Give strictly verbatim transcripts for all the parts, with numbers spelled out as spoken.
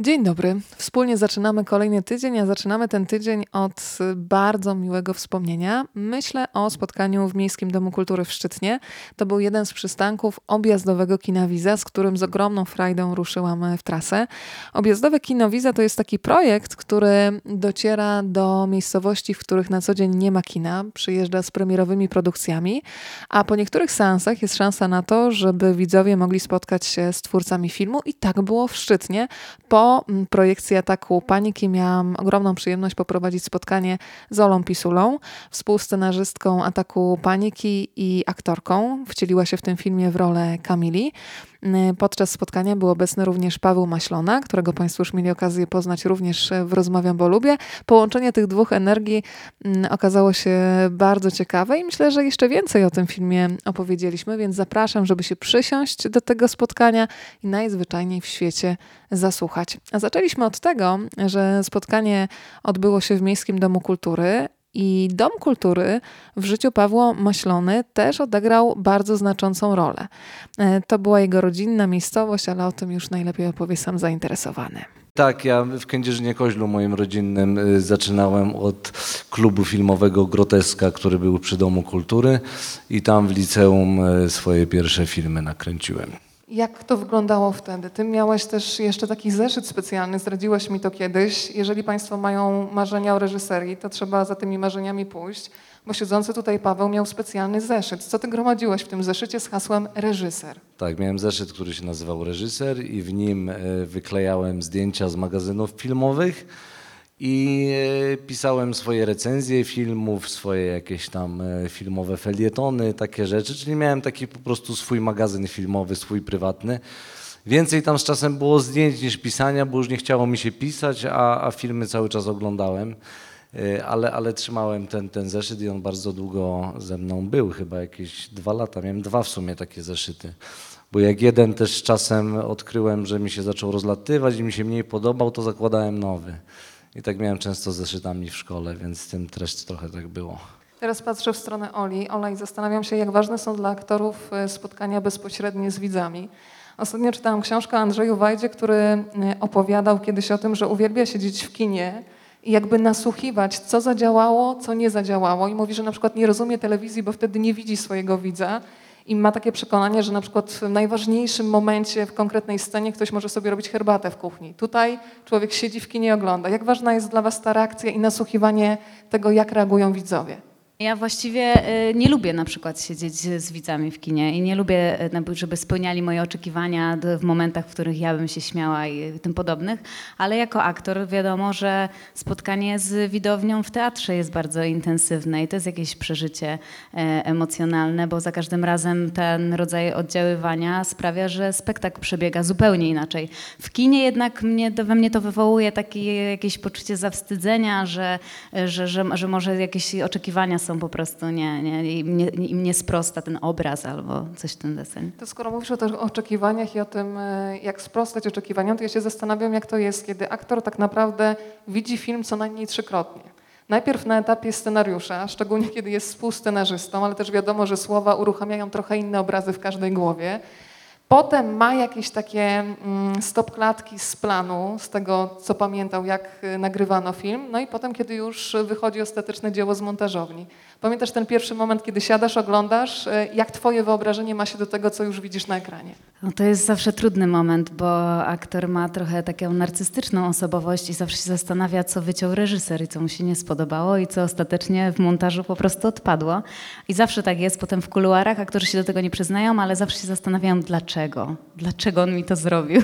Dzień dobry. Wspólnie zaczynamy kolejny tydzień, a zaczynamy ten tydzień od bardzo miłego wspomnienia. Myślę o spotkaniu w Miejskim Domu Kultury w Szczytnie. To był jeden z przystanków objazdowego Kina Wiza, z którym z ogromną frajdą ruszyłam w trasę. Objazdowe Kino Wiza to jest taki projekt, który dociera do miejscowości, w których na co dzień nie ma kina. Przyjeżdża z premierowymi produkcjami, a po niektórych seansach jest szansa na to, żeby widzowie mogli spotkać się z twórcami filmu i tak było w Szczytnie. Po Po projekcji Ataku Paniki miałam ogromną przyjemność poprowadzić spotkanie z Olą Pisulą, współscenarzystką Ataku Paniki i aktorką. Wcieliła się w tym filmie w rolę Kamili. Podczas spotkania był obecny również Paweł Maślona, którego Państwo już mieli okazję poznać również w Rozmawiam, bo lubię. Połączenie tych dwóch energii okazało się bardzo ciekawe i myślę, że jeszcze więcej o tym filmie opowiedzieliśmy, więc zapraszam, żeby się przysiąść do tego spotkania i najzwyczajniej w świecie zasłuchać. A zaczęliśmy od tego, że spotkanie odbyło się w Miejskim Domu Kultury, i Dom Kultury w życiu Pawła Maślony też odegrał bardzo znaczącą rolę. To była jego rodzinna miejscowość, ale o tym już najlepiej opowie sam zainteresowany. Tak, ja w Kędzierzynie-Koźlu moim rodzinnym zaczynałem od klubu filmowego Groteska, który był przy Domu Kultury i tam w liceum swoje pierwsze filmy nakręciłem. Jak to wyglądało wtedy? Ty miałeś też jeszcze taki zeszyt specjalny, zdradziłeś mi to kiedyś. Jeżeli Państwo mają marzenia o reżyserii, to trzeba za tymi marzeniami pójść, bo siedzący tutaj Paweł miał specjalny zeszyt. Co ty gromadziłeś w tym zeszycie z hasłem reżyser? Tak, miałem zeszyt, który się nazywał Reżyser i w nim wyklejałem zdjęcia z magazynów filmowych i pisałem swoje recenzje filmów, swoje jakieś tam filmowe felietony, takie rzeczy, czyli miałem taki po prostu swój magazyn filmowy, swój prywatny. Więcej tam z czasem było zdjęć niż pisania, bo już nie chciało mi się pisać, a, a filmy cały czas oglądałem, ale, ale trzymałem ten, ten zeszyt i on bardzo długo ze mną był, chyba jakieś dwa lata, miałem dwa w sumie takie zeszyty. Bo jak jeden też z czasem odkryłem, że mi się zaczął rozlatywać i mi się mniej podobał, to zakładałem nowy. I tak miałem często z zeszytami w szkole, więc z tym też trochę tak było. Teraz patrzę w stronę Oli. Ola, i zastanawiam się, jak ważne są dla aktorów spotkania bezpośrednie z widzami. Ostatnio czytałam książkę o Andrzeju Wajdzie, który opowiadał kiedyś o tym, że uwielbia siedzieć w kinie i jakby nasłuchiwać, co zadziałało, co nie zadziałało. I mówi, że na przykład nie rozumie telewizji, bo wtedy nie widzi swojego widza. I ma takie przekonanie, że na przykład w najważniejszym momencie, w konkretnej scenie ktoś może sobie robić herbatę w kuchni. Tutaj człowiek siedzi w kinie i ogląda. Jak ważna jest dla was ta reakcja i nasłuchiwanie tego, jak reagują widzowie? Ja właściwie nie lubię na przykład siedzieć z widzami w kinie i nie lubię, żeby spełniali moje oczekiwania w momentach, w których ja bym się śmiała i tym podobnych, ale jako aktor wiadomo, że spotkanie z widownią w teatrze jest bardzo intensywne i to jest jakieś przeżycie emocjonalne, bo za każdym razem ten rodzaj oddziaływania sprawia, że spektakl przebiega zupełnie inaczej. W kinie jednak mnie, we mnie to wywołuje takie jakieś poczucie zawstydzenia, że, że, że, że może jakieś oczekiwania są po prostu nie, nie, im nie, im nie sprosta ten obraz albo coś w tym deseń. To skoro mówisz o tych oczekiwaniach i o tym, jak sprostać oczekiwaniom, to ja się zastanawiam, jak to jest, kiedy aktor tak naprawdę widzi film co najmniej trzykrotnie. Najpierw na etapie scenariusza, szczególnie kiedy jest współscenarzystą, ale też wiadomo, że słowa uruchamiają trochę inne obrazy w każdej głowie. Potem ma jakieś takie stopklatki z planu, z tego, co pamiętał, jak nagrywano film. No i potem, kiedy już wychodzi ostateczne dzieło z montażowni. Pamiętasz ten pierwszy moment, kiedy siadasz, oglądasz, jak twoje wyobrażenie ma się do tego, co już widzisz na ekranie? No to jest zawsze trudny moment, bo aktor ma trochę taką narcystyczną osobowość i zawsze się zastanawia, co wyciął reżyser i co mu się nie spodobało i co ostatecznie w montażu po prostu odpadło. I zawsze tak jest potem w kuluarach, aktorzy się do tego nie przyznają, ale zawsze się zastanawiają, dlaczego. Dlaczego on mi to zrobił?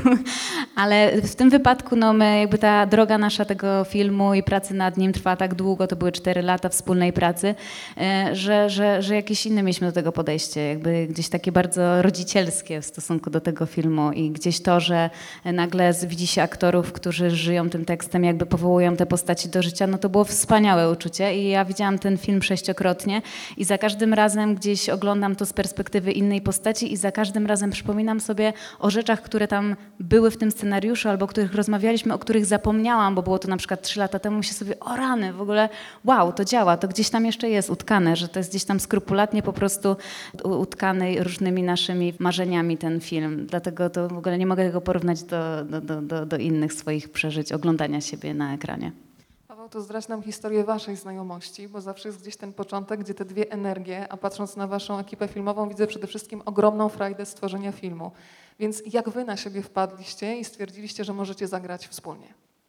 Ale w tym wypadku no my, jakby ta droga nasza tego filmu i pracy nad nim trwa tak długo, to były cztery lata wspólnej pracy, że, że, że jakieś inne mieliśmy do tego podejście, jakby gdzieś takie bardzo rodzicielskie w stosunku do tego filmu i gdzieś to, że nagle widzi się aktorów, którzy żyją tym tekstem, jakby powołują te postaci do życia, no to było wspaniałe uczucie i ja widziałam ten film sześciokrotnie i za każdym razem gdzieś oglądam to z perspektywy innej postaci i za każdym razem przypominam przypominam sobie o rzeczach, które tam były w tym scenariuszu albo o których rozmawialiśmy, o których zapomniałam, bo było to na przykład trzy lata temu, myślę sobie, o rany, w ogóle wow, to działa, to gdzieś tam jeszcze jest utkane, że to jest gdzieś tam skrupulatnie po prostu utkany różnymi naszymi marzeniami ten film. Dlatego to w ogóle nie mogę tego porównać do, do, do, do, do innych swoich przeżyć, oglądania siebie na ekranie. Paweł, to zdradź nam historię waszej znajomości, bo zawsze jest gdzieś ten początek, gdzie te dwie energie, a patrząc na waszą ekipę filmową, widzę przede wszystkim ogromną frajdę stworzenia filmu. Więc jak wy na siebie wpadliście i stwierdziliście, że możecie zagrać wspólnie?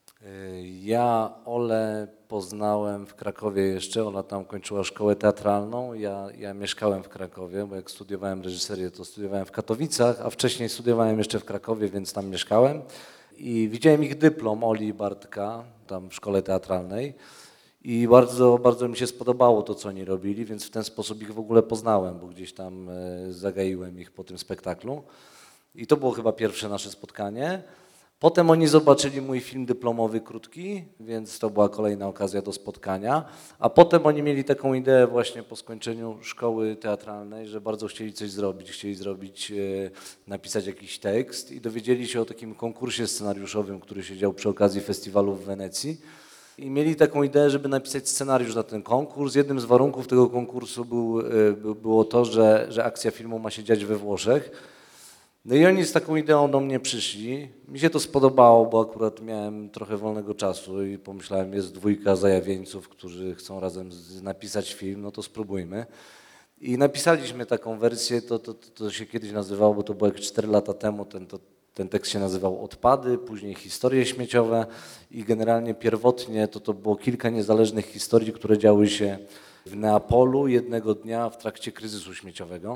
Ja Olę poznałem w Krakowie jeszcze, ona tam kończyła szkołę teatralną, ja, ja mieszkałem w Krakowie, bo jak studiowałem reżyserię, to studiowałem w Katowicach, a wcześniej studiowałem jeszcze w Krakowie, więc tam mieszkałem. I widziałem ich dyplom, Oli i Bartka, tam w szkole teatralnej i bardzo, bardzo mi się spodobało to, co oni robili, więc w ten sposób ich w ogóle poznałem, bo gdzieś tam zagaiłem ich po tym spektaklu. I to było chyba pierwsze nasze spotkanie. Potem oni zobaczyli mój film dyplomowy krótki, więc to była kolejna okazja do spotkania. A potem oni mieli taką ideę właśnie po skończeniu szkoły teatralnej, że bardzo chcieli coś zrobić. Chcieli zrobić, napisać jakiś tekst i dowiedzieli się o takim konkursie scenariuszowym, który się dział przy okazji festiwalu w Wenecji. I mieli taką ideę, żeby napisać scenariusz na ten konkurs. Jednym z warunków tego konkursu był, było to, że, że akcja filmu ma się dziać we Włoszech. No i oni z taką ideą do mnie przyszli. Mi się to spodobało, bo akurat miałem trochę wolnego czasu i pomyślałem, jest dwójka zajawieńców, którzy chcą razem z, napisać film, no to spróbujmy. I napisaliśmy taką wersję, to, to, to się kiedyś nazywało, bo to było jak cztery lata temu, ten, to, ten tekst się nazywał Odpady, później Historie śmieciowe i generalnie pierwotnie to, to było kilka niezależnych historii, które działy się w Neapolu jednego dnia w trakcie kryzysu śmieciowego.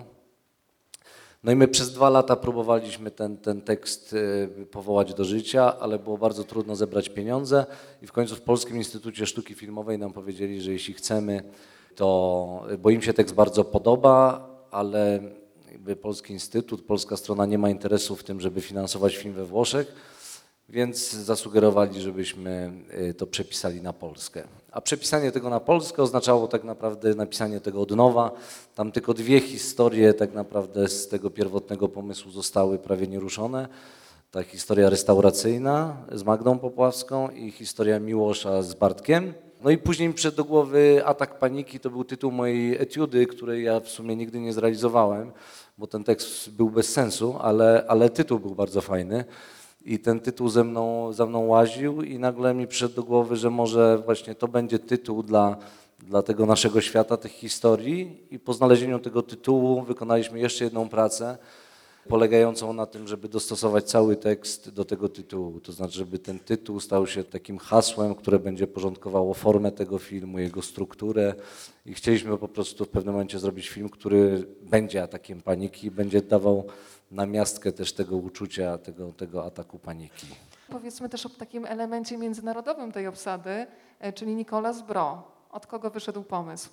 No i my przez dwa lata próbowaliśmy ten, ten tekst powołać do życia, ale było bardzo trudno zebrać pieniądze i w końcu w Polskim Instytucie Sztuki Filmowej nam powiedzieli, że jeśli chcemy, to, bo im się tekst bardzo podoba, ale jakby Polski Instytut, polska strona nie ma interesu w tym, żeby finansować film we Włoszech, więc zasugerowali, żebyśmy to przepisali na Polskę. A przepisanie tego na Polskę oznaczało tak naprawdę napisanie tego od nowa. Tam tylko dwie historie tak naprawdę z tego pierwotnego pomysłu zostały prawie nieruszone. Ta historia restauracyjna z Magdą Popławską i historia Miłosza z Bartkiem. No i później mi przyszedł do głowy Atak paniki, to był tytuł mojej etiudy, której ja w sumie nigdy nie zrealizowałem, bo ten tekst był bez sensu, ale, ale tytuł był bardzo fajny. I ten tytuł ze mną, za mną łaził i nagle mi przyszedł do głowy, że może właśnie to będzie tytuł dla, dla tego naszego świata, tych historii. I po znalezieniu tego tytułu wykonaliśmy jeszcze jedną pracę polegającą na tym, żeby dostosować cały tekst do tego tytułu. To znaczy, żeby ten tytuł stał się takim hasłem, które będzie porządkowało formę tego filmu, jego strukturę. I chcieliśmy po prostu w pewnym momencie zrobić film, który będzie atakiem paniki, będzie dawał namiastkę też tego uczucia, tego, tego ataku paniki. Powiedzmy też o takim elemencie międzynarodowym tej obsady, czyli Nicolas Bro. Od kogo wyszedł pomysł?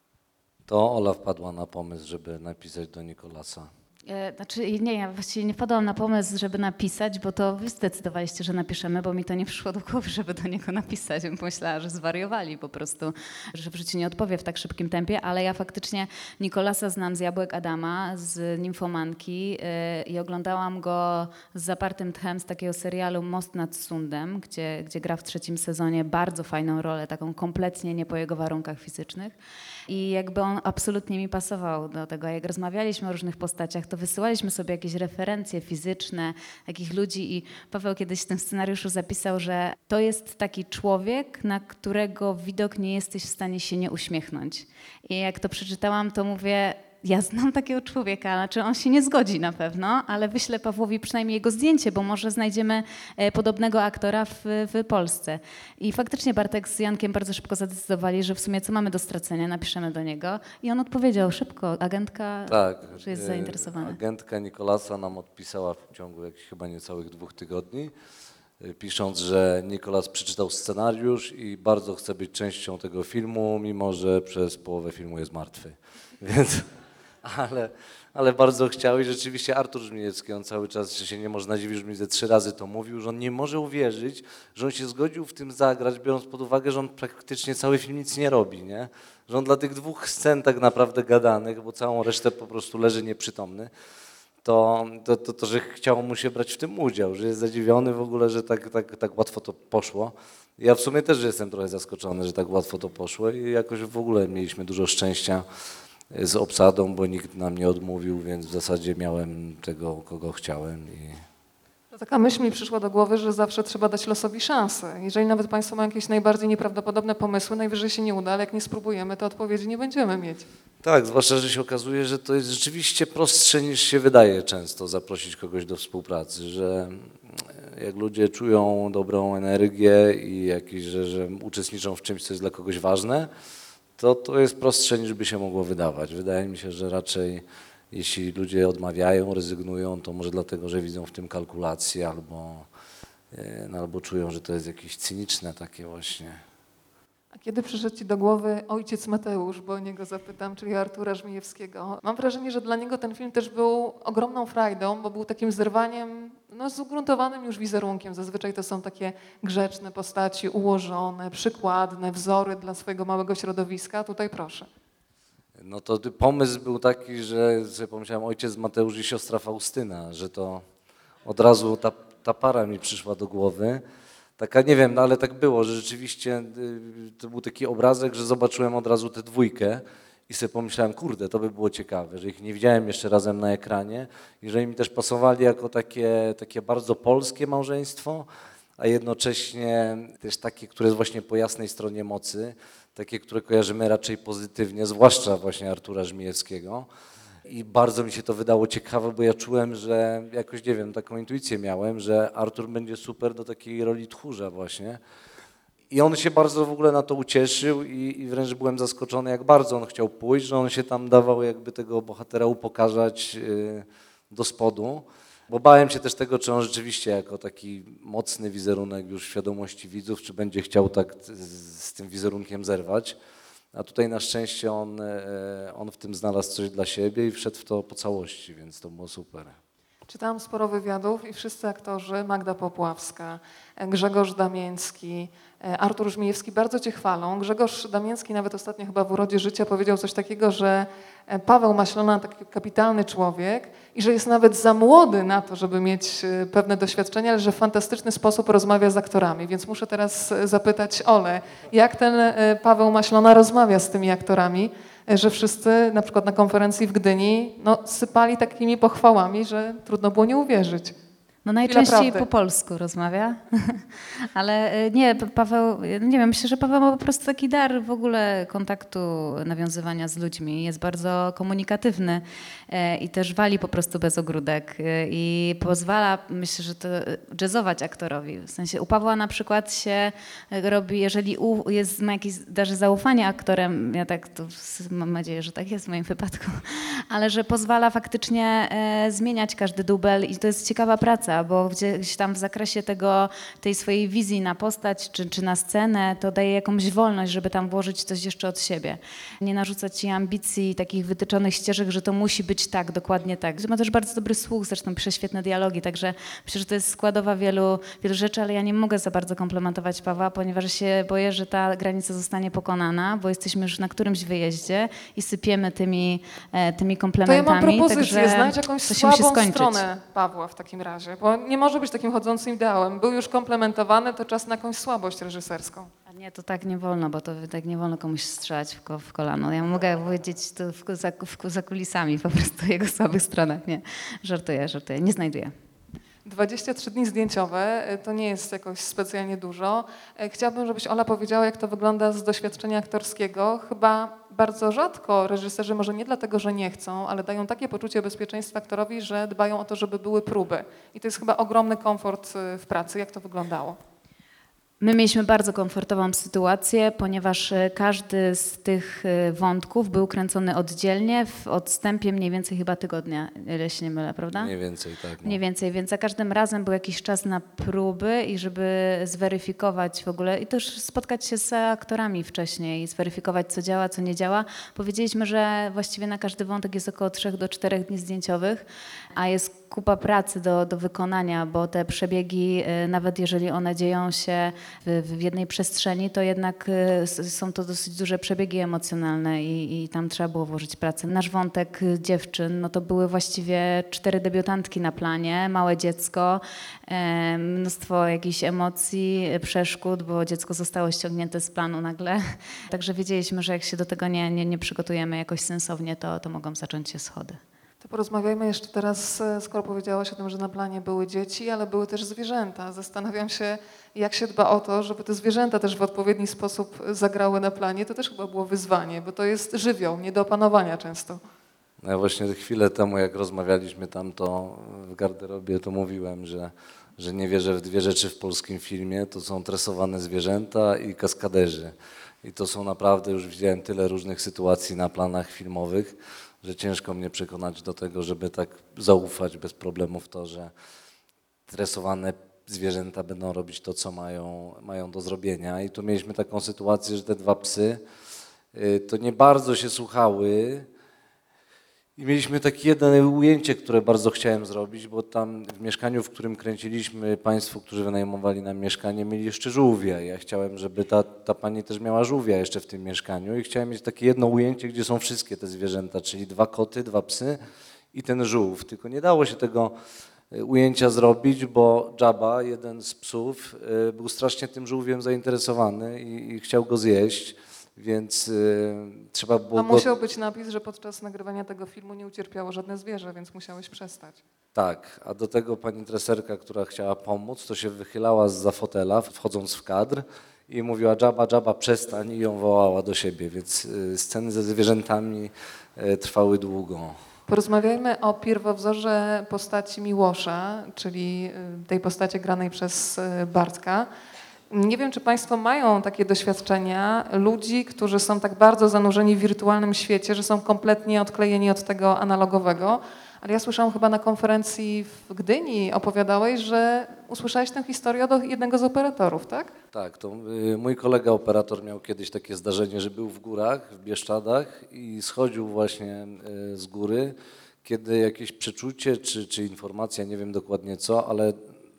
To Ola wpadła na pomysł, żeby napisać do Nicolasa. Znaczy nie, ja właściwie nie wpadłam na pomysł, żeby napisać, bo to wy zdecydowaliście, że napiszemy, bo mi to nie przyszło do głowy, żeby do niego napisać. Myślałam, że zwariowali po prostu, że w życiu nie odpowie w tak szybkim tempie, ale ja faktycznie Nicolasa znam z Jabłek Adama, z Nimfomanki yy, i oglądałam go z zapartym tchem z takiego serialu Most nad Sundem, gdzie, gdzie gra w trzecim sezonie bardzo fajną rolę, taką kompletnie nie po jego warunkach fizycznych. I jakby on absolutnie mi pasował do tego. Jak rozmawialiśmy o różnych postaciach, to wysyłaliśmy sobie jakieś referencje fizyczne takich ludzi i Paweł kiedyś w tym scenariuszu zapisał, że to jest taki człowiek, na którego widok nie jesteś w stanie się nie uśmiechnąć. I jak to przeczytałam, to mówię, ja znam takiego człowieka, znaczy on się nie zgodzi na pewno, ale wyślę Pawłowi przynajmniej jego zdjęcie, bo może znajdziemy podobnego aktora w, w Polsce. I faktycznie Bartek z Jankiem bardzo szybko zadecydowali, że w sumie co mamy do stracenia, napiszemy do niego. I on odpowiedział szybko, agentka, tak, że jest zainteresowana. Agentka Nicolasa nam odpisała w ciągu jakichś chyba niecałych dwóch tygodni, pisząc, że Nicolas przeczytał scenariusz i bardzo chce być częścią tego filmu, mimo że przez połowę filmu jest martwy. Więc... Ale, ale bardzo chciał i rzeczywiście Artur Żmijewski, on cały czas się nie może nadziwić, że mi ze trzy razy to mówił, że on nie może uwierzyć, że on się zgodził w tym zagrać, biorąc pod uwagę, że on praktycznie cały film nic nie robi, nie? Że on dla tych dwóch scen tak naprawdę gadanych, bo całą resztę po prostu leży nieprzytomny, to, to, to, to że chciało mu się brać w tym udział, że jest zadziwiony w ogóle, że tak, tak, tak łatwo to poszło. Ja w sumie też jestem trochę zaskoczony, że tak łatwo to poszło i jakoś w ogóle mieliśmy dużo szczęścia z obsadą, bo nikt nam nie odmówił, więc w zasadzie miałem tego, kogo chciałem. I... Taka myśl mi przyszła do głowy, że zawsze trzeba dać losowi szansę. Jeżeli nawet Państwo mają jakieś najbardziej nieprawdopodobne pomysły, najwyżej się nie uda, ale jak nie spróbujemy, to odpowiedzi nie będziemy mieć. Tak, zwłaszcza, że się okazuje, że to jest rzeczywiście prostsze niż się wydaje często zaprosić kogoś do współpracy, że jak ludzie czują dobrą energię i jakieś, że, że uczestniczą w czymś, co jest dla kogoś ważne, to to jest prostsze niż by się mogło wydawać. Wydaje mi się, że raczej jeśli ludzie odmawiają, rezygnują, to może dlatego, że widzą w tym kalkulację albo, no, albo czują, że to jest jakieś cyniczne takie właśnie. A kiedy przyszedł Ci do głowy ojciec Mateusz, bo o niego zapytam, czyli Artura Żmijewskiego? Mam wrażenie, że dla niego ten film też był ogromną frajdą, bo był takim zerwaniem no, z ugruntowanym już wizerunkiem. Zazwyczaj to są takie grzeczne postaci, ułożone, przykładne, wzory dla swojego małego środowiska. Tutaj proszę. No to pomysł był taki, że sobie pomyślałem ojciec Mateusz i siostra Faustyna, że to od razu ta, ta para mi przyszła do głowy. Taka, nie wiem, no ale tak było, że rzeczywiście to był taki obrazek, że zobaczyłem od razu tę dwójkę i sobie pomyślałem, kurde, to by było ciekawe, że ich nie widziałem jeszcze razem na ekranie i że im też pasowali jako takie, takie bardzo polskie małżeństwo, a jednocześnie też takie, które jest właśnie po jasnej stronie mocy, takie, które kojarzymy raczej pozytywnie, zwłaszcza właśnie Artura Żmijewskiego. I bardzo mi się to wydało ciekawe, bo ja czułem, że jakoś, nie wiem, taką intuicję miałem, że Artur będzie super do takiej roli tchórza właśnie. I on się bardzo w ogóle na to ucieszył i, i wręcz byłem zaskoczony, jak bardzo on chciał pójść, że on się tam dawał jakby tego bohatera upokarzać yy, do spodu. Bo bałem się też tego, czy on rzeczywiście jako taki mocny wizerunek już w świadomości widzów, czy będzie chciał tak z, z tym wizerunkiem zerwać. A tutaj na szczęście on, on w tym znalazł coś dla siebie i wszedł w to po całości, więc to było super. Czytałam sporo wywiadów i wszyscy aktorzy, Magda Popławska, Grzegorz Damiński, Artur Żmijewski bardzo Cię chwalą. Grzegorz Damiński nawet ostatnio chyba w Urodzie Życia powiedział coś takiego, że Paweł Maślona taki kapitalny człowiek i że jest nawet za młody na to, żeby mieć pewne doświadczenia, ale że w fantastyczny sposób rozmawia z aktorami. Więc muszę teraz zapytać Olę, jak ten Paweł Maślona rozmawia z tymi aktorami, że wszyscy na przykład na konferencji w Gdyni no, sypali takimi pochwałami, że trudno było nie uwierzyć. No najczęściej po polsku rozmawia, ale nie, Paweł, nie wiem, myślę, że Paweł ma po prostu taki dar w ogóle kontaktu, nawiązywania z ludźmi, jest bardzo komunikatywny i też wali po prostu bez ogródek i pozwala, myślę, że to jazzować aktorowi, w sensie u Pawła na przykład się robi, jeżeli u, jest, ma jakieś, darzy zaufanie aktorem, ja tak to mam nadzieję, że tak jest w moim wypadku, ale że pozwala faktycznie zmieniać każdy dubel i to jest ciekawa praca, bo gdzieś tam w zakresie tego, tej swojej wizji na postać czy, czy na scenę, to daje jakąś wolność, żeby tam włożyć coś jeszcze od siebie. Nie narzucać ci ambicji, takich wytyczonych ścieżek, że to musi być tak, dokładnie tak. Ma też bardzo dobry słuch, zresztą pisze świetne dialogi, także myślę, że to jest składowa wielu, wielu rzeczy, ale ja nie mogę za bardzo komplementować Pawła, ponieważ się boję, że ta granica zostanie pokonana, bo jesteśmy już na którymś wyjeździe i sypiemy tymi, tymi komplementami. To ja mam propozycję, także znajdź jakąś słabą stronę Pawła w takim razie, bo nie może być takim chodzącym ideałem. Był już komplementowany, to czas na jakąś słabość reżyserską. A nie, to tak nie wolno, bo to tak nie wolno komuś strzelać w, ko, w kolano. Ja mogę powiedzieć to w, za, w, za kulisami po prostu jego słabych stronach. Nie, żartuję, żartuję, nie znajduję. dwadzieścia trzy dni zdjęciowe to nie jest jakoś specjalnie dużo. Chciałabym, żebyś Ola powiedziała, jak to wygląda z doświadczenia aktorskiego. Chyba bardzo rzadko reżyserzy, może nie dlatego, że nie chcą, ale dają takie poczucie bezpieczeństwa aktorowi, że dbają o to, żeby były próby. I to jest chyba ogromny komfort w pracy. Jak to wyglądało? My mieliśmy bardzo komfortową sytuację, ponieważ każdy z tych wątków był kręcony oddzielnie w odstępie mniej więcej chyba tygodnia, ile się nie mylę, prawda? Mniej więcej, tak. No. Mniej więcej, więc za każdym razem był jakiś czas na próby i żeby zweryfikować w ogóle i też spotkać się z aktorami wcześniej i zweryfikować, co działa, co nie działa. Powiedzieliśmy, że właściwie na każdy wątek jest około trzech do czterech dni zdjęciowych, a jest kupa pracy do, do wykonania, bo te przebiegi, y, nawet jeżeli one dzieją się w, w jednej przestrzeni, to jednak y, są to dosyć duże przebiegi emocjonalne i, i tam trzeba było włożyć pracę. Nasz wątek dziewczyn, no to były właściwie cztery debiutantki na planie, małe dziecko, y, mnóstwo jakichś emocji, przeszkód, bo dziecko zostało ściągnięte z planu nagle. Także wiedzieliśmy, że jak się do tego nie, nie, nie przygotujemy jakoś sensownie, to, to mogą zacząć się schody. To porozmawiajmy jeszcze teraz, skoro powiedziałaś o tym, że na planie były dzieci, ale były też zwierzęta. Zastanawiam się, jak się dba o to, żeby te zwierzęta też w odpowiedni sposób zagrały na planie. To też chyba było wyzwanie, bo to jest żywioł, nie do opanowania często. No ja właśnie chwilę temu, jak rozmawialiśmy tam, to w garderobie, to mówiłem, że, że nie wierzę w dwie rzeczy w polskim filmie. To są tresowane zwierzęta i kaskaderzy. I to są naprawdę, już widziałem tyle różnych sytuacji na planach filmowych, że ciężko mnie przekonać do tego, żeby tak zaufać bez problemu w to, że tresowane zwierzęta będą robić to, co mają, mają do zrobienia. I tu mieliśmy taką sytuację, że te dwa psy y, to nie bardzo się słuchały. I mieliśmy takie jedno ujęcie, które bardzo chciałem zrobić, bo tam w mieszkaniu, w którym kręciliśmy, państwo, którzy wynajmowali nam mieszkanie, mieli jeszcze żółwia. Ja chciałem, żeby ta, ta pani też miała żółwia jeszcze w tym mieszkaniu i chciałem mieć takie jedno ujęcie, gdzie są wszystkie te zwierzęta, czyli dwa koty, dwa psy i ten żółw. Tylko nie dało się tego ujęcia zrobić, bo Jabba, jeden z psów, był strasznie tym żółwiem zainteresowany i, i chciał go zjeść. Więc y, trzeba było... A musiał być napis, że podczas nagrywania tego filmu nie ucierpiało żadne zwierzę, więc musiałeś przestać. Tak, a do tego pani treserka, która chciała pomóc, to się wychylała zza fotela, wchodząc w kadr i mówiła Jabba, Jabba, przestań, i ją wołała do siebie, więc y, sceny ze zwierzętami y, trwały długo. Porozmawiajmy o pierwowzorze postaci Miłosza, czyli y, tej postaci granej przez y, Bartka. Nie wiem, czy Państwo mają takie doświadczenia ludzi, którzy są tak bardzo zanurzeni w wirtualnym świecie, że są kompletnie odklejeni od tego analogowego. Ale ja słyszałam chyba na konferencji w Gdyni, opowiadałeś, że usłyszałeś tę historię od jednego z operatorów, tak? Tak, to y, mój kolega operator miał kiedyś takie zdarzenie, że był w górach, w Bieszczadach i schodził właśnie y, z góry, kiedy jakieś przeczucie czy, czy informacja, nie wiem dokładnie co, ale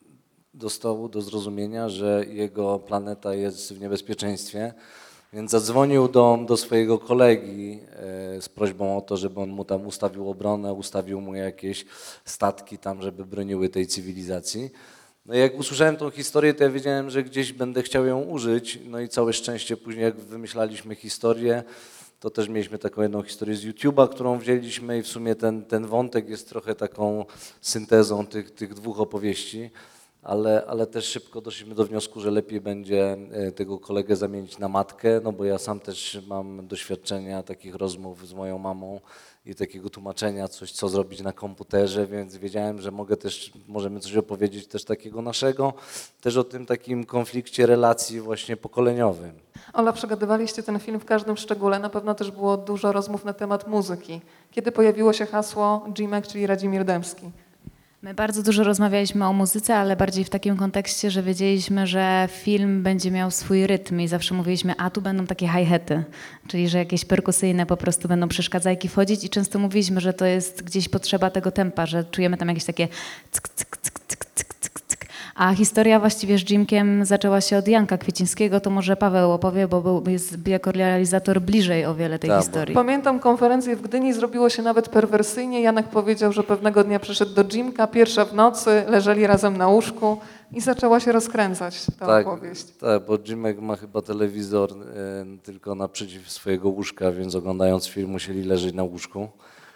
dostał do zrozumienia, że jego planeta jest w niebezpieczeństwie, więc zadzwonił do, do swojego kolegi e, z prośbą o to, żeby on mu tam ustawił obronę, ustawił mu jakieś statki tam, żeby broniły tej cywilizacji. No i jak usłyszałem tą historię, to ja wiedziałem, że gdzieś będę chciał ją użyć, no i całe szczęście później jak wymyślaliśmy historię, to też mieliśmy taką jedną historię z YouTube'a, którą wzięliśmy i w sumie ten, ten wątek jest trochę taką syntezą tych, tych dwóch opowieści. Ale, ale też szybko doszliśmy do wniosku, że lepiej będzie tego kolegę zamienić na matkę, no bo ja sam też mam doświadczenia takich rozmów z moją mamą i takiego tłumaczenia, coś co zrobić na komputerze, więc wiedziałem, że mogę też, możemy coś opowiedzieć też takiego naszego, też o tym takim konflikcie relacji właśnie pokoleniowym. Ola, przegadywaliście ten film w każdym szczególe, na pewno też było dużo rozmów na temat muzyki. Kiedy pojawiło się hasło Jimek, czyli Radzimir Dębski? My bardzo dużo rozmawialiśmy o muzyce, ale bardziej w takim kontekście, że wiedzieliśmy, że film będzie miał swój rytm i zawsze mówiliśmy, a tu będą takie hi-haty, czyli że jakieś perkusyjne po prostu będą przeszkadzajki wchodzić i często mówiliśmy, że to jest gdzieś potrzeba tego tempa, że czujemy tam jakieś takie cyk, cyk, cyk, cyk, cyk, cyk, cyk. A historia właściwie z Jimkiem zaczęła się od Janka Kwiecińskiego, to może Paweł opowie, bo był, jest jako realizator bliżej o wiele tej Tak, historii. Pamiętam konferencję w Gdyni, zrobiło się nawet perwersyjnie. Janek powiedział, że pewnego dnia przyszedł do Jimka, pierwsza w nocy, leżeli razem na łóżku i zaczęła się rozkręcać ta tak, opowieść. Tak, bo Jimek ma chyba telewizor y, tylko naprzeciw swojego łóżka, więc oglądając film musieli leżeć na łóżku.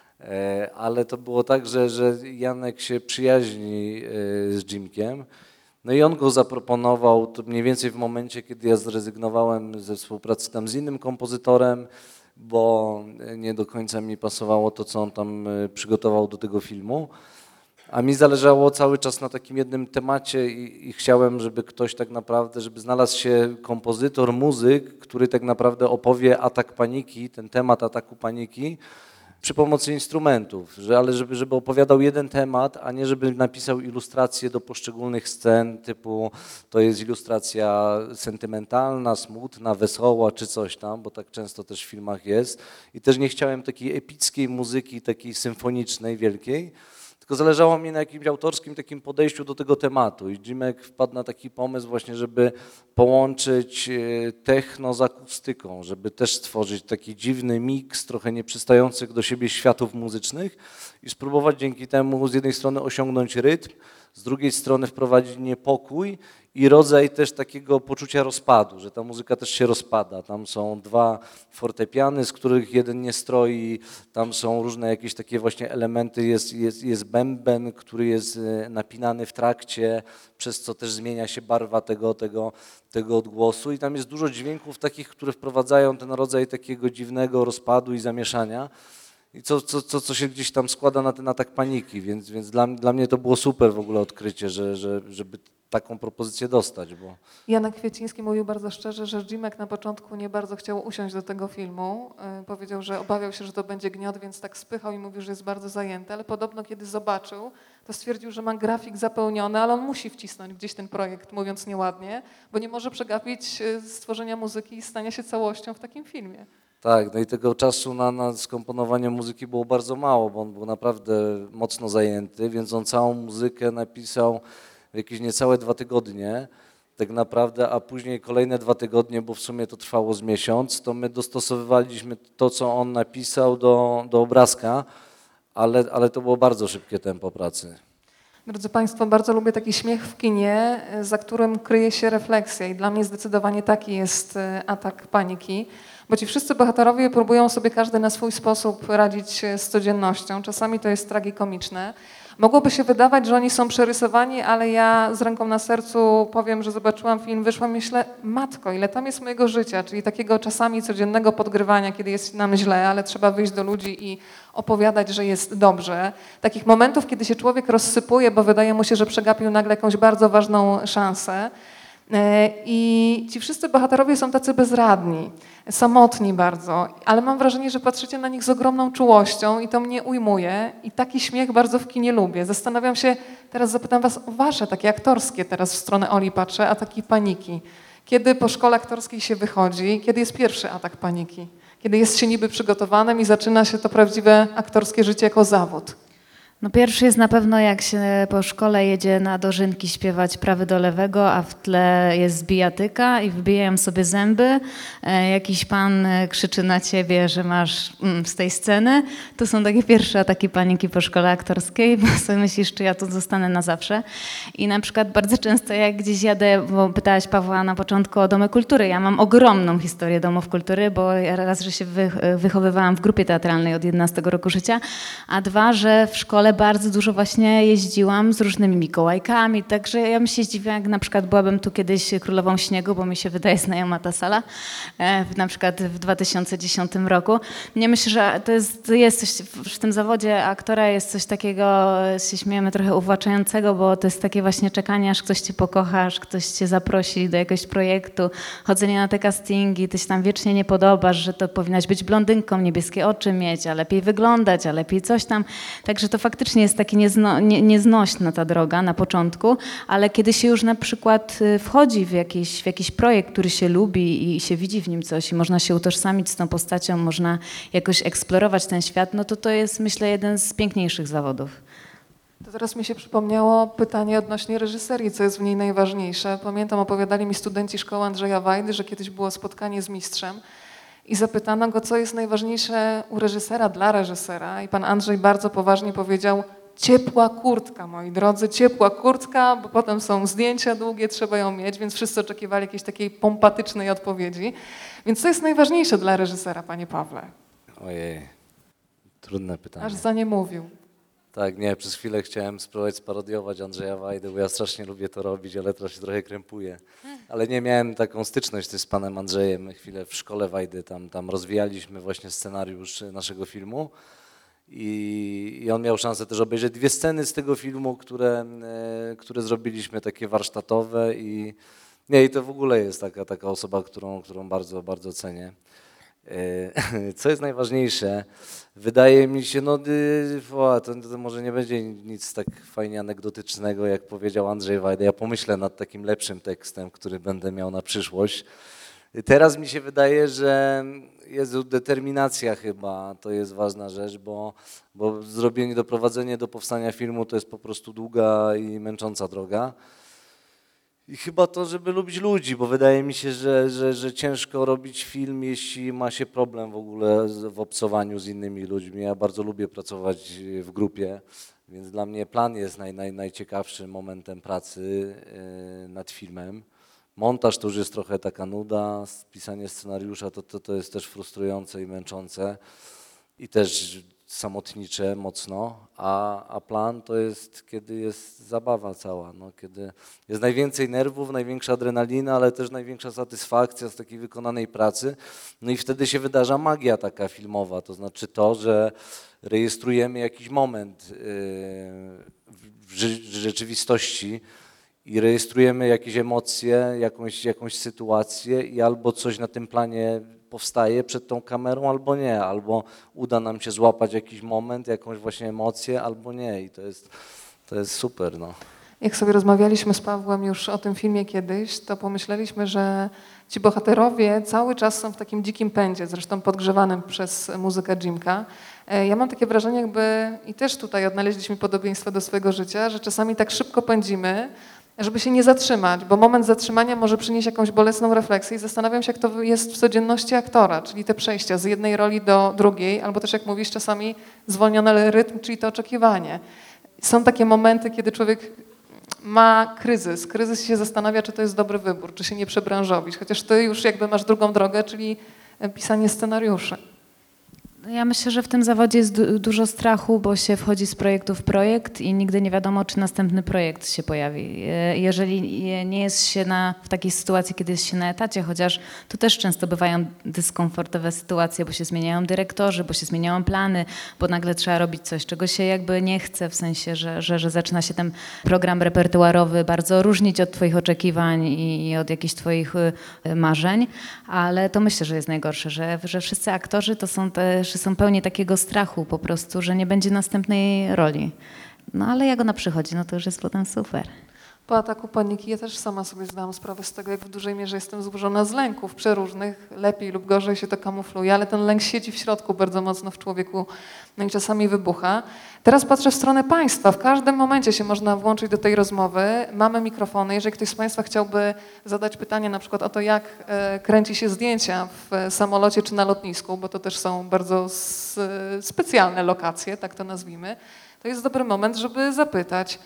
E, ale to było tak, że, że Janek się przyjaźni y, z Jimkiem. No i on go zaproponował to mniej więcej w momencie, kiedy ja zrezygnowałem ze współpracy tam z innym kompozytorem, bo nie do końca mi pasowało to, co on tam przygotował do tego filmu. A mi zależało cały czas na takim jednym temacie i, i chciałem, żeby ktoś tak naprawdę, żeby znalazł się kompozytor, muzyk, który tak naprawdę opowie Atak Paniki, ten temat Ataku Paniki, przy pomocy instrumentów, że, ale żeby, żeby opowiadał jeden temat, a nie żeby napisał ilustracje do poszczególnych scen, typu to jest ilustracja sentymentalna, smutna, wesoła czy coś tam, bo tak często też w filmach jest. I też nie chciałem takiej epickiej muzyki, takiej symfonicznej, wielkiej, tylko zależało mi na jakimś autorskim takim podejściu do tego tematu i Jimek wpadł na taki pomysł właśnie, żeby połączyć techno z akustyką, żeby też stworzyć taki dziwny miks trochę nieprzystających do siebie światów muzycznych i spróbować dzięki temu z jednej strony osiągnąć rytm, z drugiej strony wprowadzić niepokój i rodzaj też takiego poczucia rozpadu, że ta muzyka też się rozpada. Tam są dwa fortepiany, z których jeden nie stroi, tam są różne jakieś takie właśnie elementy, jest, jest, jest bęben, który jest napinany w trakcie, przez co też zmienia się barwa tego, tego, tego odgłosu i tam jest dużo dźwięków takich, które wprowadzają ten rodzaj takiego dziwnego rozpadu i zamieszania. I co, co, co, co się gdzieś tam składa na ten atak paniki, więc, więc dla, dla mnie to było super w ogóle odkrycie, że, że, żeby taką propozycję dostać. Bo... Janek Kwieciński mówił bardzo szczerze, że Jimek na początku nie bardzo chciał usiąść do tego filmu. Yy, powiedział, że obawiał się, że to będzie gniot, więc tak spychał i mówił, że jest bardzo zajęty, ale podobno kiedy zobaczył, to stwierdził, że ma grafik zapełniony, ale on musi wcisnąć gdzieś ten projekt, mówiąc nieładnie, bo nie może przegapić stworzenia muzyki i stania się całością w takim filmie. Tak, no i tego czasu na, na skomponowanie muzyki było bardzo mało, bo on był naprawdę mocno zajęty, więc on całą muzykę napisał w jakieś niecałe dwa tygodnie tak naprawdę, a później kolejne dwa tygodnie, bo w sumie to trwało z miesiąc, to my dostosowywaliśmy to, co on napisał do, do obrazka, ale, ale to było bardzo szybkie tempo pracy. Drodzy Państwo, bardzo lubię taki śmiech w kinie, za którym kryje się refleksja i dla mnie zdecydowanie taki jest atak paniki, bo ci wszyscy bohaterowie próbują sobie każdy na swój sposób radzić z codziennością. Czasami to jest tragikomiczne. Mogłoby się wydawać, że oni są przerysowani, ale ja z ręką na sercu powiem, że zobaczyłam film, wyszłam i myślę, matko, ile tam jest mojego życia, czyli takiego czasami codziennego podgrywania, kiedy jest nam źle, ale trzeba wyjść do ludzi i opowiadać, że jest dobrze. Takich momentów, kiedy się człowiek rozsypuje, bo wydaje mu się, że przegapił nagle jakąś bardzo ważną szansę. I ci wszyscy bohaterowie są tacy bezradni, samotni bardzo, ale mam wrażenie, że patrzycie na nich z ogromną czułością i to mnie ujmuje i taki śmiech bardzo w kinie lubię. Zastanawiam się, teraz zapytam was o wasze takie aktorskie, teraz w stronę Oli patrzę, ataki paniki. Kiedy po szkole aktorskiej się wychodzi, kiedy jest pierwszy atak paniki? Kiedy jest się niby przygotowanym i zaczyna się to prawdziwe aktorskie życie jako zawód? No pierwszy jest na pewno jak się po szkole jedzie na dożynki śpiewać prawy do lewego, a w tle jest bijatyka i wbijają sobie zęby. E, jakiś pan krzyczy na ciebie, że masz mm, z tej sceny. To są takie pierwsze ataki paniki po szkole aktorskiej, bo sobie myślisz, czy ja tu zostanę na zawsze. I na przykład bardzo często jak gdzieś jadę, bo pytałaś Pawła na początku o Domy Kultury. Ja mam ogromną historię Domów Kultury, bo ja raz, że się wy, wychowywałam w grupie teatralnej od jedenastego roku życia, a dwa, że w szkole bardzo dużo właśnie jeździłam z różnymi Mikołajkami, także ja bym się zdziwiła, jak na przykład byłabym tu kiedyś Królową Śniegu, bo mi się wydaje znajoma ta sala, w, na przykład w dwa tysiące dziesiątym roku. Nie myślę, że to jest, jest coś w tym zawodzie aktora jest coś takiego, się śmiejemy trochę uwłaczającego, bo to jest takie właśnie czekanie, aż ktoś cię pokocha, aż ktoś cię zaprosi do jakiegoś projektu, chodzenie na te castingi, ty się tam wiecznie nie podobasz, że to powinnaś być blondynką, niebieskie oczy mieć, a lepiej wyglądać, a lepiej coś tam. Także to faktycznie jest taki niezno, nie, nieznośna ta droga na początku, ale kiedy się już na przykład wchodzi w jakiś, w jakiś projekt, który się lubi i się widzi w nim coś i można się utożsamić z tą postacią, można jakoś eksplorować ten świat, no to to jest, myślę, jeden z piękniejszych zawodów. To teraz mi się przypomniało pytanie odnośnie reżyserii, co jest w niej najważniejsze. Pamiętam, opowiadali mi studenci szkoły Andrzeja Wajdy, że kiedyś było spotkanie z mistrzem i zapytano go, co jest najważniejsze u reżysera, dla reżysera. I pan Andrzej bardzo poważnie powiedział, ciepła kurtka, moi drodzy, ciepła kurtka, bo potem są zdjęcia długie, trzeba ją mieć, więc wszyscy oczekiwali jakiejś takiej pompatycznej odpowiedzi. Więc co jest najważniejsze dla reżysera, panie Pawle? Ojej, trudne pytanie. Aż za nie mówił. Tak, nie, przez chwilę chciałem spróbować sparodiować Andrzeja Wajdy, bo ja strasznie lubię to robić, ale teraz się trochę krępuję. Ale nie miałem taką styczność z panem Andrzejem. My chwilę w szkole Wajdy tam, tam rozwijaliśmy właśnie scenariusz naszego filmu i, i on miał szansę też obejrzeć dwie sceny z tego filmu, które, e, które zrobiliśmy takie warsztatowe i nie, i to w ogóle jest taka, taka osoba, którą, którą bardzo, bardzo cenię. Co jest najważniejsze? Wydaje mi się, no to, to może nie będzie nic tak fajnie anegdotycznego, jak powiedział Andrzej Wajda. Ja pomyślę nad takim lepszym tekstem, który będę miał na przyszłość. Teraz mi się wydaje, że Jezu, determinacja chyba to jest ważna rzecz, bo, bo zrobienie, doprowadzenie do powstania filmu to jest po prostu długa i męcząca droga. I chyba to, żeby lubić ludzi, bo wydaje mi się, że, że, że ciężko robić film, jeśli ma się problem w ogóle w obcowaniu z innymi ludźmi. Ja bardzo lubię pracować w grupie, więc dla mnie plan jest naj, naj, najciekawszym momentem pracy nad filmem. Montaż to już jest trochę taka nuda, pisanie scenariusza to, to, to jest też frustrujące i męczące i też samotnicze mocno, a, a plan to jest, kiedy jest zabawa cała, no, kiedy jest najwięcej nerwów, największa adrenalina, ale też największa satysfakcja z takiej wykonanej pracy. No i wtedy się wydarza magia taka filmowa, to znaczy to, że rejestrujemy jakiś moment yy, w, w rzeczywistości, i rejestrujemy jakieś emocje, jakąś, jakąś sytuację i albo coś na tym planie powstaje przed tą kamerą, albo nie, albo uda nam się złapać jakiś moment, jakąś właśnie emocję, albo nie i to jest, to jest super. No. Jak sobie rozmawialiśmy z Pawłem już o tym filmie kiedyś, to pomyśleliśmy, że ci bohaterowie cały czas są w takim dzikim pędzie, zresztą podgrzewanym przez muzykę Jimka. Ja mam takie wrażenie, jakby i też tutaj odnaleźliśmy podobieństwo do swojego życia, że czasami tak szybko pędzimy, żeby się nie zatrzymać, bo moment zatrzymania może przynieść jakąś bolesną refleksję i zastanawiam się, jak to jest w codzienności aktora, czyli te przejścia z jednej roli do drugiej, albo też jak mówisz, czasami zwolniony rytm, czyli to oczekiwanie. Są takie momenty, kiedy człowiek ma kryzys, kryzys się zastanawia, czy to jest dobry wybór, czy się nie przebranżowić, chociaż ty już jakby masz drugą drogę, czyli pisanie scenariuszy. Ja myślę, że w tym zawodzie jest du- dużo strachu, bo się wchodzi z projektu w projekt i nigdy nie wiadomo, czy następny projekt się pojawi. Jeżeli nie jest się na, w takiej sytuacji, kiedy jest się na etacie, chociaż to też często bywają dyskomfortowe sytuacje, bo się zmieniają dyrektorzy, bo się zmieniają plany, bo nagle trzeba robić coś, czego się jakby nie chce, w sensie, że, że, że zaczyna się ten program repertuarowy bardzo różnić od twoich oczekiwań i, i od jakichś twoich y, marzeń, ale to myślę, że jest najgorsze, że, że wszyscy aktorzy to są też są pełni takiego strachu po prostu, że nie będzie następnej roli. No ale jak ona przychodzi, no to już jest potem super. Po ataku paniki ja też sama sobie zdałam sprawę z tego, jak w dużej mierze jestem zburzona z lęków przeróżnych, lepiej lub gorzej się to kamufluje, ale ten lęk siedzi w środku bardzo mocno w człowieku, no i czasami wybucha. Teraz patrzę w stronę państwa, w każdym momencie się można włączyć do tej rozmowy, mamy mikrofony, jeżeli ktoś z państwa chciałby zadać pytanie na przykład o to, jak e, kręci się zdjęcia w samolocie czy na lotnisku, bo to też są bardzo s, specjalne lokacje, tak to nazwijmy, to jest dobry moment, żeby zapytać.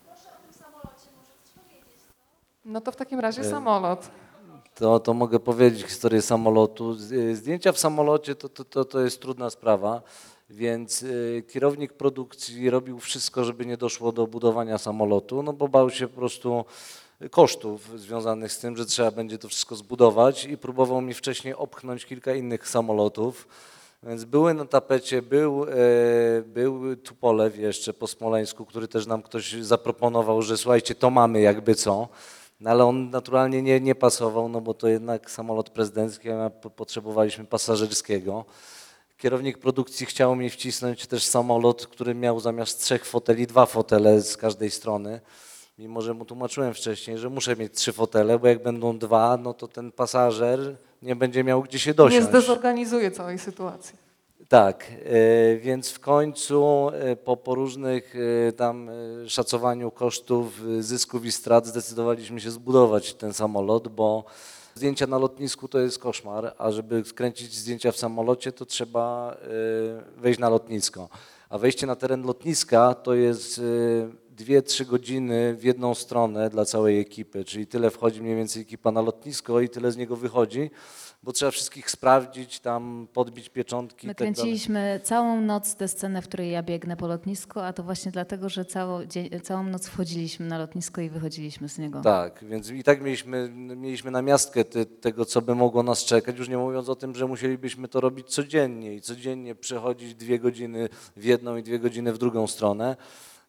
No to w takim razie samolot. To, to mogę powiedzieć historię samolotu. Zdjęcia w samolocie to, to, to, to jest trudna sprawa, więc kierownik produkcji robił wszystko, żeby nie doszło do budowania samolotu, no bo bał się po prostu kosztów związanych z tym, że trzeba będzie to wszystko zbudować i próbował mi wcześniej opchnąć kilka innych samolotów. Więc były na tapecie, był, e, był Tupolew jeszcze po Smoleńsku, który też nam ktoś zaproponował, że słuchajcie, to mamy jakby co. No ale on naturalnie nie, nie pasował, no bo to jednak samolot prezydencki, a potrzebowaliśmy pasażerskiego. Kierownik produkcji chciał mi wcisnąć też samolot, który miał zamiast trzech foteli dwa fotele z każdej strony. Mimo że mu tłumaczyłem wcześniej, że muszę mieć trzy fotele, bo jak będą dwa, no to ten pasażer nie będzie miał gdzie się dosiąść. Nie zdezorganizuje całej sytuacji. Tak, e, więc w końcu e, po, po różnych e, tam e, szacowaniu kosztów, e, zysków i strat zdecydowaliśmy się zbudować ten samolot, bo zdjęcia na lotnisku to jest koszmar, a żeby skręcić zdjęcia w samolocie, to trzeba e, wejść na lotnisko. A wejście na teren lotniska to jest e, dwie, trzy godziny w jedną stronę dla całej ekipy, czyli tyle wchodzi mniej więcej ekipa na lotnisko i tyle z niego wychodzi, bo trzeba wszystkich sprawdzić, tam podbić pieczątki. My i tak kręciliśmy dalej. całą noc tę scenę, w której ja biegnę po lotnisku, a to właśnie dlatego, że całą, dzień, całą noc wchodziliśmy na lotnisko i wychodziliśmy z niego. Tak, więc i tak mieliśmy, mieliśmy namiastkę te, tego, co by mogło nas czekać, już nie mówiąc o tym, że musielibyśmy to robić codziennie i codziennie przechodzić dwie godziny w jedną i dwie godziny w drugą stronę.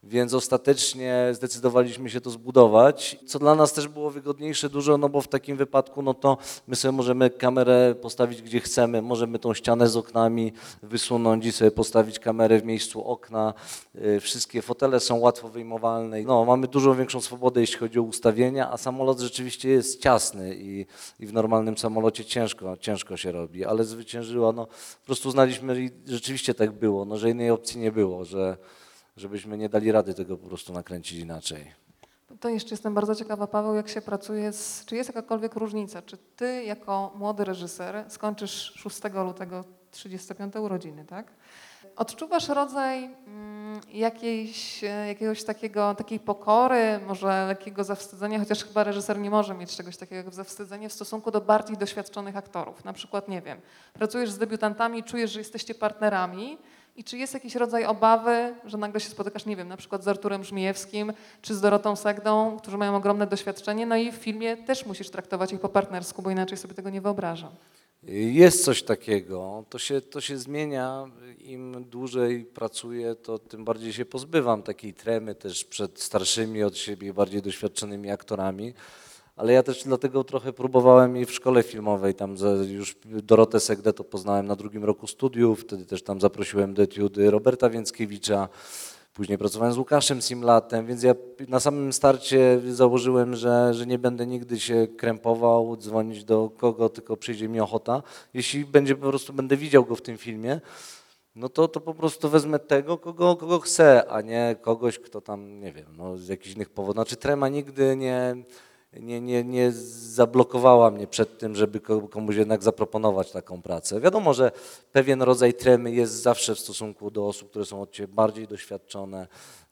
Więc ostatecznie zdecydowaliśmy się to zbudować, co dla nas też było wygodniejsze dużo, no bo w takim wypadku no to my sobie możemy kamerę postawić gdzie chcemy, możemy tą ścianę z oknami wysunąć i sobie postawić kamerę w miejscu okna. Wszystkie fotele są łatwo wyjmowalne. No, mamy dużo większą swobodę, jeśli chodzi o ustawienia, a samolot rzeczywiście jest ciasny i, i w normalnym samolocie ciężko, ciężko się robi, ale zwyciężyła, no po prostu uznaliśmy i rzeczywiście tak było, no, że innej opcji nie było, że żebyśmy nie dali rady tego po prostu nakręcić inaczej. To jeszcze jestem bardzo ciekawa, Paweł, jak się pracuje z... Czy jest jakakolwiek różnica? Czy ty jako młody reżyser skończysz szóstego lutego trzydzieste piąte urodziny, tak? Odczuwasz rodzaj mm, jakiejś, jakiegoś takiego, takiej pokory, może lekkiego zawstydzenia, chociaż chyba reżyser nie może mieć czegoś takiego jak zawstydzenie w stosunku do bardziej doświadczonych aktorów. Na przykład, nie wiem, pracujesz z debiutantami, czujesz, że jesteście partnerami, i czy jest jakiś rodzaj obawy, że nagle się spotykasz, nie wiem, na przykład z Arturem Żmijewskim czy z Dorotą Segdą, którzy mają ogromne doświadczenie, no i w filmie też musisz traktować ich po partnersku, bo inaczej sobie tego nie wyobrażam. Jest coś takiego, to się, to się zmienia, im dłużej pracuję, to tym bardziej się pozbywam takiej tremy też przed starszymi od siebie, bardziej doświadczonymi aktorami. Ale ja też dlatego trochę próbowałem i w szkole filmowej, tam już Dorotę Segdę to poznałem na drugim roku studiów, wtedy też tam zaprosiłem do etiudy Roberta Więckiewicza, później pracowałem z Łukaszem Simlatem, więc ja na samym starcie założyłem, że, że nie będę nigdy się krępował, dzwonić do kogo, tylko przyjdzie mi ochota. Jeśli będzie po prostu będę widział go w tym filmie, no to, to po prostu wezmę tego, kogo, kogo chcę, a nie kogoś, kto tam, nie wiem, no z jakichś innych powodów. Znaczy trema nigdy nie... Nie, nie, nie zablokowała mnie przed tym, żeby komuś jednak zaproponować taką pracę. Wiadomo, że pewien rodzaj tremy jest zawsze w stosunku do osób, które są od ciebie bardziej doświadczone,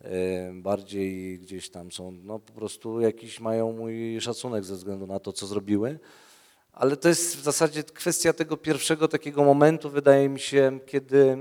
bardziej gdzieś tam są, no po prostu jakiś mają mój szacunek ze względu na to, co zrobiły. Ale to jest w zasadzie kwestia tego pierwszego takiego momentu, wydaje mi się, kiedy,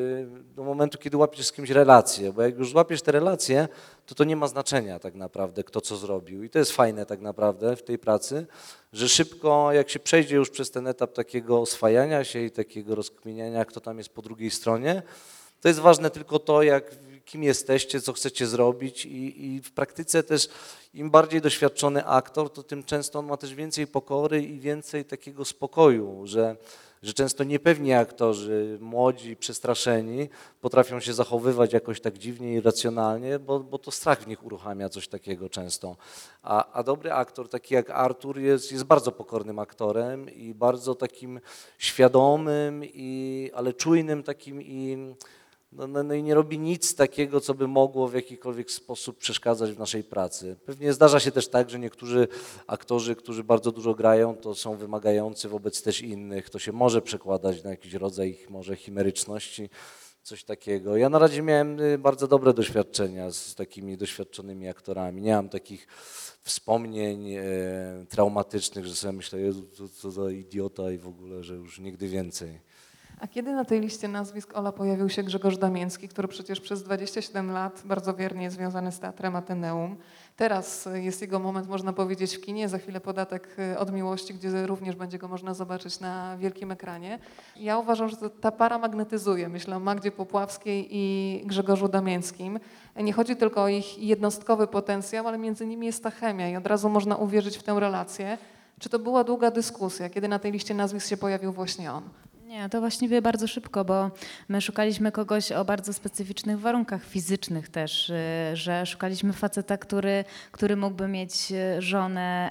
do momentu, kiedy łapiesz z kimś relację, bo jak już łapiesz te relacje, to to nie ma znaczenia tak naprawdę, kto co zrobił. I to jest fajne tak naprawdę w tej pracy, że szybko, jak się przejdzie już przez ten etap takiego oswajania się i takiego rozkminiania, kto tam jest po drugiej stronie, to jest ważne tylko to, jak, kim jesteście, co chcecie zrobić i, i w praktyce też im bardziej doświadczony aktor, to tym często on ma też więcej pokory i więcej takiego spokoju, że, że często niepewni aktorzy, młodzi, przestraszeni potrafią się zachowywać jakoś tak dziwnie i racjonalnie, bo, bo to strach w nich uruchamia coś takiego często. A, a dobry aktor, taki jak Artur, jest, jest bardzo pokornym aktorem i bardzo takim świadomym, i, ale czujnym takim i No, no, no i nie robi nic takiego, co by mogło w jakikolwiek sposób przeszkadzać w naszej pracy. Pewnie zdarza się też tak, że niektórzy aktorzy, którzy bardzo dużo grają, to są wymagający wobec też innych. To się może przekładać na jakiś rodzaj ich może chimeryczności, coś takiego. Ja na razie miałem bardzo dobre doświadczenia z takimi doświadczonymi aktorami. Nie mam takich wspomnień e, traumatycznych, że sobie myślę, Jezu, co, co za idiota i w ogóle, że już nigdy więcej. A kiedy na tej liście nazwisk Ola pojawił się Grzegorz Damiński, który przecież przez dwadzieścia siedem lat bardzo wiernie jest związany z Teatrem Ateneum. Teraz jest jego moment, można powiedzieć, w kinie, za chwilę Podatek od miłości, gdzie również będzie go można zobaczyć na wielkim ekranie. Ja uważam, że to, ta para magnetyzuje, myślę o Magdzie Popławskiej i Grzegorzu Damińskim. Nie chodzi tylko o ich jednostkowy potencjał, ale między nimi jest ta chemia i od razu można uwierzyć w tę relację. Czy to była długa dyskusja, kiedy na tej liście nazwisk się pojawił właśnie on? Nie, to właściwie bardzo szybko, bo my szukaliśmy kogoś o bardzo specyficznych warunkach fizycznych też, że szukaliśmy faceta, który, który mógłby mieć żonę,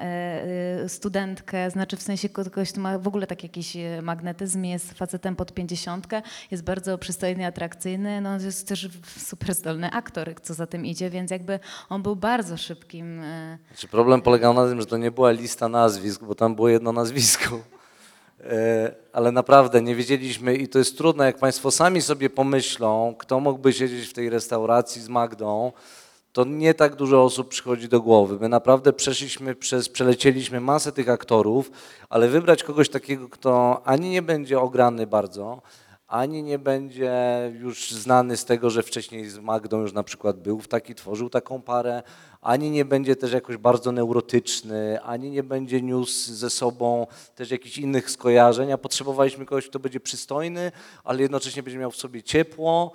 studentkę, znaczy w sensie kogoś, kto ma w ogóle tak jakiś magnetyzm, jest facetem pod pięćdziesiątkę, jest bardzo przystojny, atrakcyjny, no jest też super zdolny aktor, co za tym idzie, więc jakby on był bardzo szybkim. Znaczy problem polegał na tym, że to nie była lista nazwisk, bo tam było jedno nazwisko. Ale naprawdę nie wiedzieliśmy i to jest trudne, jak Państwo sami sobie pomyślą, kto mógłby siedzieć w tej restauracji z Magdą, to nie tak dużo osób przychodzi do głowy. My naprawdę przeszliśmy przez, przelecieliśmy masę tych aktorów, ale wybrać kogoś takiego, kto ani nie będzie ograny bardzo, ani nie będzie już znany z tego, że wcześniej z Magdą już na przykład był w taki, tworzył taką parę, ani nie będzie też jakoś bardzo neurotyczny, ani nie będzie niósł ze sobą też jakichś innych skojarzeń, a potrzebowaliśmy kogoś, kto będzie przystojny, ale jednocześnie będzie miał w sobie ciepło,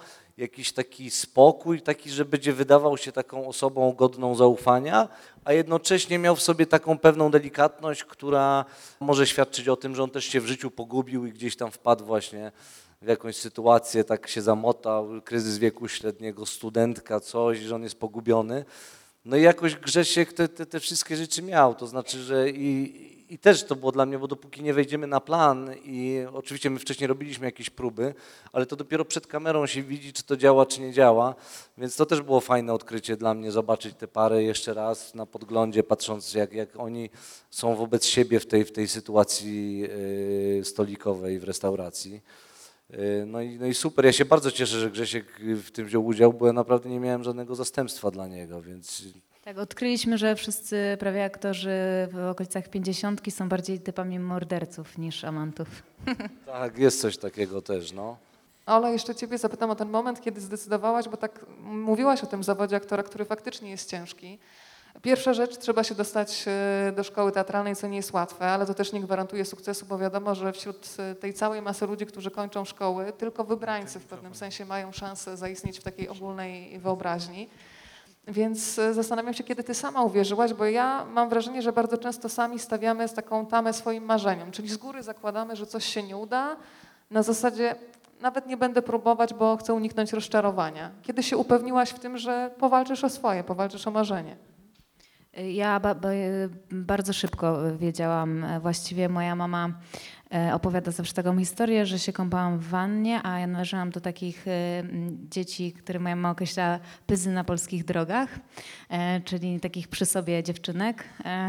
jakiś taki spokój, taki, że będzie wydawał się taką osobą godną zaufania, a jednocześnie miał w sobie taką pewną delikatność, która może świadczyć o tym, że on też się w życiu pogubił i gdzieś tam wpadł właśnie w jakąś sytuację, tak się zamotał, kryzys wieku średniego, studentka, coś, że on jest pogubiony. No i jakoś Grzesiek te, te, te wszystkie rzeczy miał, to znaczy, że i, i też to było dla mnie, bo dopóki nie wejdziemy na plan i oczywiście my wcześniej robiliśmy jakieś próby, ale to dopiero przed kamerą się widzi, czy to działa, czy nie działa, więc to też było fajne odkrycie dla mnie, zobaczyć tę parę jeszcze raz na podglądzie, patrząc jak, jak oni są wobec siebie w tej, w tej sytuacji yy, stolikowej w restauracji. No i, no i super, ja się bardzo cieszę, że Grzesiek w tym wziął udział, bo ja naprawdę nie miałem żadnego zastępstwa dla niego, więc... Tak, odkryliśmy, że wszyscy prawie aktorzy w okolicach pięćdziesiątki są bardziej typami morderców niż amantów. Tak, jest coś takiego też, no. Ola, jeszcze ciebie zapytam o ten moment, kiedy zdecydowałaś, bo tak mówiłaś o tym zawodzie aktora, który faktycznie jest ciężki. Pierwsza rzecz, trzeba się dostać do szkoły teatralnej, co nie jest łatwe, ale to też nie gwarantuje sukcesu, bo wiadomo, że wśród tej całej masy ludzi, którzy kończą szkoły, tylko wybrańcy w pewnym sensie mają szansę zaistnieć w takiej ogólnej wyobraźni. Więc zastanawiam się, kiedy ty sama uwierzyłaś, bo ja mam wrażenie, że bardzo często sami stawiamy z taką tamę swoim marzeniom, czyli z góry zakładamy, że coś się nie uda, na zasadzie nawet nie będę próbować, bo chcę uniknąć rozczarowania. Kiedy się upewniłaś w tym, że powalczysz o swoje, powalczysz o marzenie? Ja ba, ba, bardzo szybko wiedziałam, właściwie moja mama opowiada zawsze taką historię, że się kąpałam w wannie, a ja należałam do takich dzieci, które moja mama określa pyzy na polskich drogach, czyli takich przy sobie dziewczynek.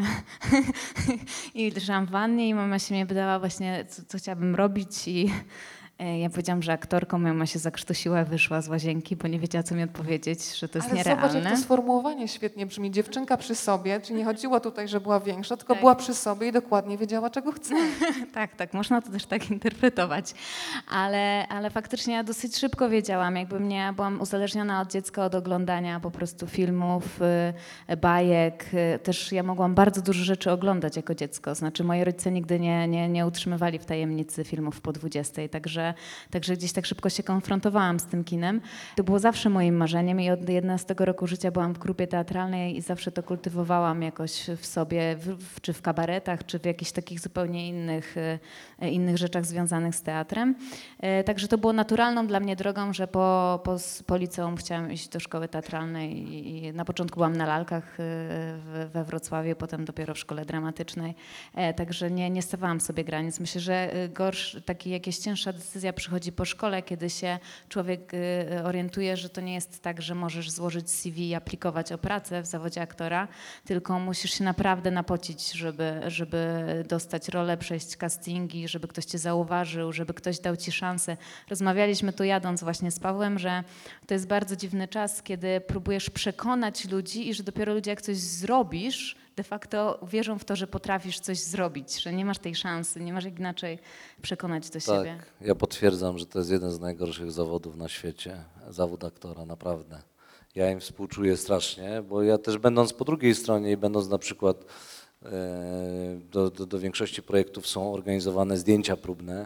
I leżałam w wannie i mama się mnie pytała właśnie, co, co chciałabym robić i ja powiedziałam, że aktorką, moja mama się zakrztusiła, wyszła z łazienki, bo nie wiedziała, co mi odpowiedzieć, że to jest Ale nierealne. zobacz, jak to sformułowanie świetnie brzmi. Dziewczynka przy sobie, czyli nie chodziło tutaj, że była większa, tylko Tak. była przy sobie i dokładnie wiedziała, czego chce. Tak, tak, można to też tak interpretować, ale, ale faktycznie ja dosyć szybko wiedziałam, jakby mnie, byłam uzależniona od dziecka od oglądania po prostu filmów, y, bajek, y, też ja mogłam bardzo dużo rzeczy oglądać jako dziecko, znaczy moi rodzice nigdy nie, nie, nie utrzymywali w tajemnicy filmów po dwudziestej, także Także gdzieś tak szybko się konfrontowałam z tym kinem. To było zawsze moim marzeniem i od jedenastego roku życia byłam w grupie teatralnej i zawsze to kultywowałam jakoś w sobie, w, w, czy w kabaretach, czy w jakichś takich zupełnie innych, innych rzeczach związanych z teatrem. Także to było naturalną dla mnie drogą, że po, po, po liceum chciałam iść do szkoły teatralnej i, i na początku byłam na lalkach w, we Wrocławiu, potem dopiero w szkole dramatycznej. Także nie, nie stawiałam sobie granic. Myślę, że gorsz, taki jakieś cięższa decyzja przychodzi po szkole, kiedy się człowiek orientuje, że to nie jest tak, że możesz złożyć C V i aplikować o pracę w zawodzie aktora, tylko musisz się naprawdę napocić, żeby, żeby dostać rolę, przejść castingi, żeby ktoś cię zauważył, żeby ktoś dał ci szansę. Rozmawialiśmy tu jadąc właśnie z Pawłem, że to jest bardzo dziwny czas, kiedy próbujesz przekonać ludzi i że dopiero ludzie jak coś zrobisz, de facto wierzą w to, że potrafisz coś zrobić, że nie masz tej szansy, nie masz jak inaczej przekonać do Tak, siebie. ja potwierdzam, że to jest jeden z najgorszych zawodów na świecie, zawód aktora, naprawdę. Ja im współczuję strasznie, bo ja też będąc po drugiej stronie i będąc na przykład e, do, do, do większości projektów są organizowane zdjęcia próbne,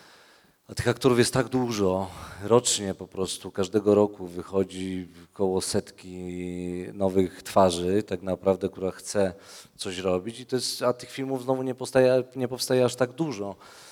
a tych aktorów jest tak dużo, rocznie po prostu, każdego roku wychodzi około setki nowych twarzy, tak naprawdę, która chce coś robić, i to jest, a tych filmów znowu nie powstaje, nie powstaje aż tak dużo.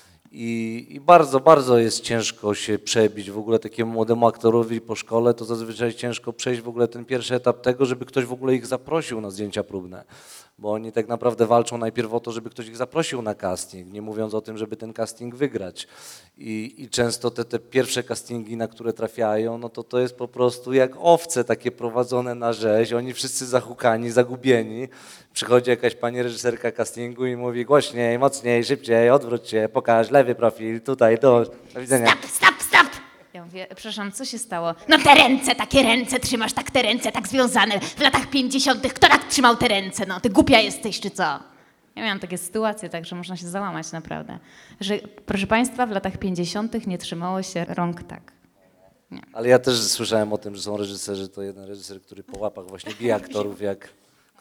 I, I bardzo, bardzo jest ciężko się przebić w ogóle takiemu młodemu aktorowi po szkole, to zazwyczaj ciężko przejść w ogóle ten pierwszy etap tego, żeby ktoś w ogóle ich zaprosił na zdjęcia próbne. Bo oni tak naprawdę walczą najpierw o to, żeby ktoś ich zaprosił na casting, nie mówiąc o tym, żeby ten casting wygrać. I, i często te, te pierwsze castingi, na które trafiają, no to to jest po prostu jak owce takie prowadzone na rzeź, oni wszyscy zahukani, zagubieni. Przychodzi jakaś pani reżyserka castingu i mówi głośniej, mocniej, szybciej, odwróć się, pokaż lewy profil, tutaj, do, do widzenia. Stop, stop, stop! Ja mówię, przepraszam, co się stało? No te ręce, takie ręce trzymasz, tak te ręce, tak związane. W latach pięćdziesiątych kto tak trzymał te ręce? No, ty głupia jesteś, czy co? Ja miałam takie sytuacje, tak, że można się załamać naprawdę. Że, proszę państwa, w latach pięćdziesiątych nie trzymało się rąk tak. Nie. Ale ja też słyszałem o tym, że są reżyserzy, to jeden reżyser, który po łapach właśnie bije aktorów jak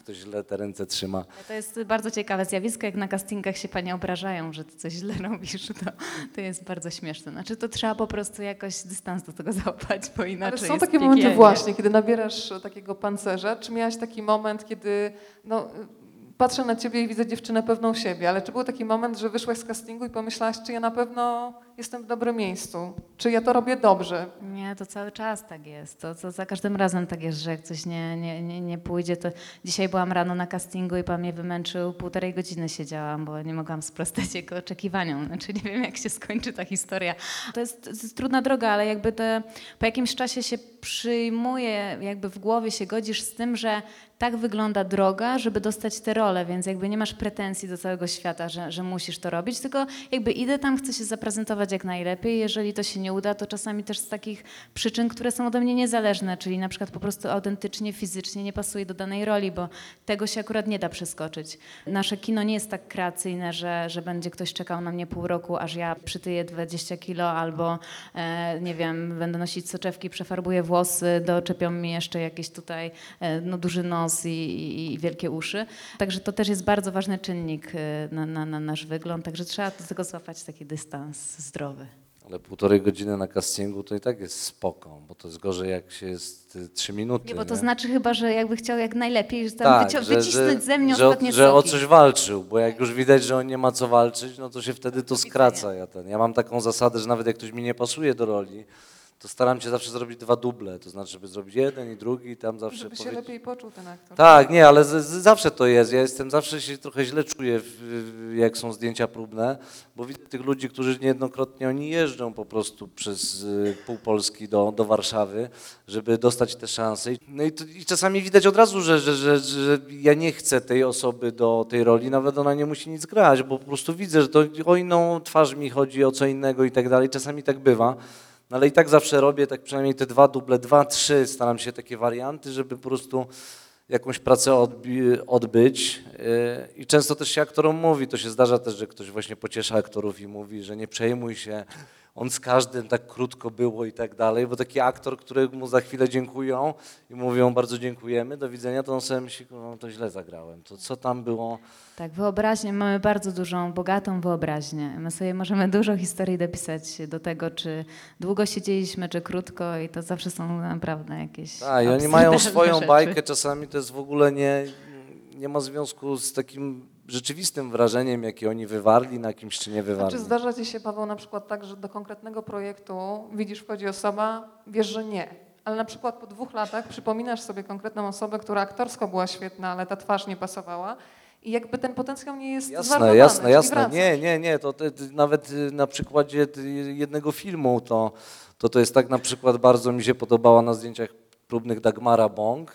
ktoś źle te ręce trzyma. To jest bardzo ciekawe zjawisko, jak na castingach się panie obrażają, że ty coś źle robisz, to, to jest bardzo śmieszne. Znaczy to trzeba po prostu jakoś dystans do tego załapać, bo inaczej Ale są jest takie momenty piekielnie. właśnie, kiedy nabierasz takiego pancerza. Czy miałaś taki moment, kiedy no, patrzę na ciebie i widzę dziewczynę pewną siebie, ale czy był taki moment, że wyszłaś z castingu i pomyślałaś, czy ja na pewno jestem w dobrym miejscu? Czy ja to robię dobrze? Nie, to cały czas tak jest. To, to za każdym razem tak jest, że jak coś nie, nie, nie, nie pójdzie, to dzisiaj byłam rano na castingu i pan mnie wymęczył, półtorej godziny siedziałam, bo nie mogłam sprostać jego oczekiwaniom. Znaczy nie wiem, jak się skończy ta historia. To jest, to jest trudna droga, ale jakby te, po jakimś czasie się przyjmuje, jakby w głowie się godzisz z tym, że tak wygląda droga, żeby dostać tę rolę, więc jakby nie masz pretensji do całego świata, że, że musisz to robić, tylko jakby idę tam, chcę się zaprezentować jak najlepiej. Jeżeli to się nie uda, to czasami też z takich przyczyn, które są ode mnie niezależne, czyli na przykład po prostu autentycznie, fizycznie nie pasuje do danej roli, bo tego się akurat nie da przeskoczyć. Nasze kino nie jest tak kreacyjne, że, że będzie ktoś czekał na mnie pół roku, aż ja przytyję dwadzieścia kilo albo e, nie wiem, będę nosić soczewki, przefarbuję włosy, doczepią mi jeszcze jakiś tutaj e, no, duży nos i, i, i wielkie uszy. Także to też jest bardzo ważny czynnik na, na, na nasz wygląd, także trzeba do tego złapać taki dystans zdrowy. Ale półtorej godziny na castingu to i tak jest spoko, bo to jest gorzej jak się jest y, trzy minuty. Nie, bo to nie? znaczy chyba, że jakby chciał jak najlepiej, że tam Tak, wycią- że, wycisnąć że, ze mnie że, ostatnie o, że o soki. coś walczył, bo jak już widać, że on nie ma co walczyć, no to się wtedy to skraca. Ja, ten, ja mam taką zasadę, że nawet jak ktoś mi nie pasuje do roli, to staram się zawsze zrobić dwa duble, to znaczy, żeby zrobić jeden i drugi i tam zawsze Żeby się powiedzieć... lepiej poczuł ten aktor. Tak, nie, ale z, z, zawsze to jest. Ja jestem, zawsze się trochę źle czuję, w, w, jak są zdjęcia próbne, bo widzę tych ludzi, którzy niejednokrotnie oni jeżdżą po prostu przez y, pół Polski do, do Warszawy, żeby dostać te szanse. No i, to, i czasami widać od razu, że, że, że, że ja nie chcę tej osoby do tej roli, nawet ona nie musi nic grać, bo po prostu widzę, że to o inną twarz mi chodzi, o co innego i tak dalej. Czasami tak bywa. No ale i tak zawsze robię tak przynajmniej te dwa duble, dwa, trzy, staram się takie warianty, żeby po prostu jakąś pracę odbi- odbyć. Yy, I często też się aktorom mówi, to się zdarza też, że ktoś właśnie pociesza aktorów i mówi, że nie przejmuj się, on z każdym tak krótko było i tak dalej, bo taki aktor, któremu za chwilę dziękują i mówią bardzo dziękujemy, do widzenia, to on sobie myśli, no to źle zagrałem, to co tam było? Tak, wyobraźnię, mamy bardzo dużą, bogatą wyobraźnię. My sobie możemy dużo historii dopisać do tego, czy długo siedzieliśmy, czy krótko i to zawsze są naprawdę jakieś Tak, i oni mają absurdalne swoją rzeczy. bajkę, czasami to jest w ogóle nie, nie ma związku z takim rzeczywistym wrażeniem, jakie oni wywarli na kimś, czy nie A wywarli. czy zdarza ci się, Paweł, na przykład tak, że do konkretnego projektu widzisz, wchodzi osoba, wiesz, że nie, ale na przykład po dwóch latach przypominasz sobie konkretną osobę, która aktorsko była świetna, ale ta twarz nie pasowała i jakby ten potencjał nie jest Jasne, zmarnowany, jasne, czyli jasne. wracasz. Nie, nie, nie. To ty, ty, nawet y, na przykładzie ty, jednego filmu to, to to jest tak na przykład bardzo mi się podobała na zdjęciach próbnych Dagmara Bong,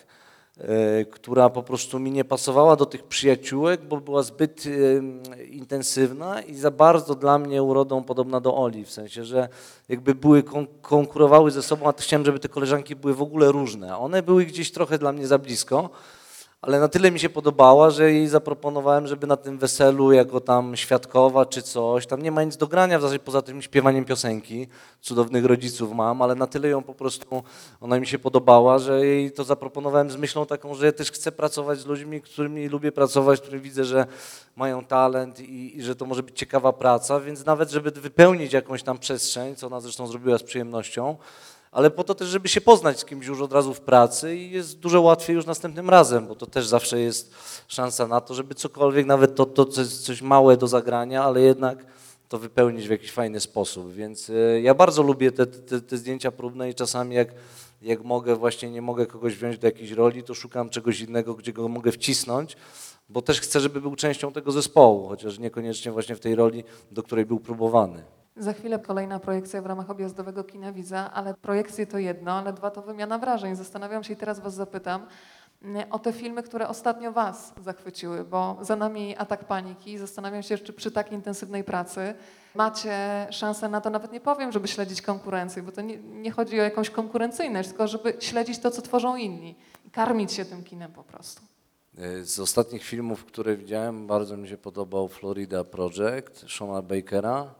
y, która po prostu mi nie pasowała do tych przyjaciółek, bo była zbyt y, intensywna i za bardzo dla mnie urodą podobna do Oli, w sensie, że jakby były kon konkurowały ze sobą, a chciałem, żeby te koleżanki były w ogóle różne. One były gdzieś trochę dla mnie za blisko. Ale na tyle mi się podobała, że jej zaproponowałem, żeby na tym weselu jako tam świadkowa czy coś, tam nie ma nic do grania w zasadzie poza tym śpiewaniem piosenki, cudownych rodziców mam, ale na tyle ją po prostu, ona mi się podobała, że jej to zaproponowałem z myślą taką, że ja też chcę pracować z ludźmi, którymi lubię pracować, którzy widzę, że mają talent i, i że to może być ciekawa praca, więc nawet żeby wypełnić jakąś tam przestrzeń, co ona zresztą zrobiła z przyjemnością, ale po to też, żeby się poznać z kimś już od razu w pracy i jest dużo łatwiej już następnym razem, bo to też zawsze jest szansa na to, żeby cokolwiek, nawet to, to coś, coś małe do zagrania, ale jednak to wypełnić w jakiś fajny sposób. Więc y, ja bardzo lubię te, te, te zdjęcia próbne i czasami jak, jak mogę, właśnie nie mogę kogoś wziąć do jakiejś roli, to szukam czegoś innego, gdzie go mogę wcisnąć, bo też chcę, żeby był częścią tego zespołu, chociaż niekoniecznie właśnie w tej roli, do której był próbowany. Za chwilę kolejna projekcja w ramach objazdowego Kina Widza, ale projekcje to jedno, ale dwa to wymiana wrażeń. Zastanawiam się i teraz was zapytam o te filmy, które ostatnio was zachwyciły, bo za nami Atak Paniki. Zastanawiam się, czy przy tak intensywnej pracy macie szansę na to, nawet nie powiem, żeby śledzić konkurencję, bo to nie, nie chodzi o jakąś konkurencyjność, tylko żeby śledzić to, co tworzą inni i karmić się tym kinem po prostu. Z ostatnich filmów, które widziałem, bardzo mi się podobał Florida Project Shona Bakera.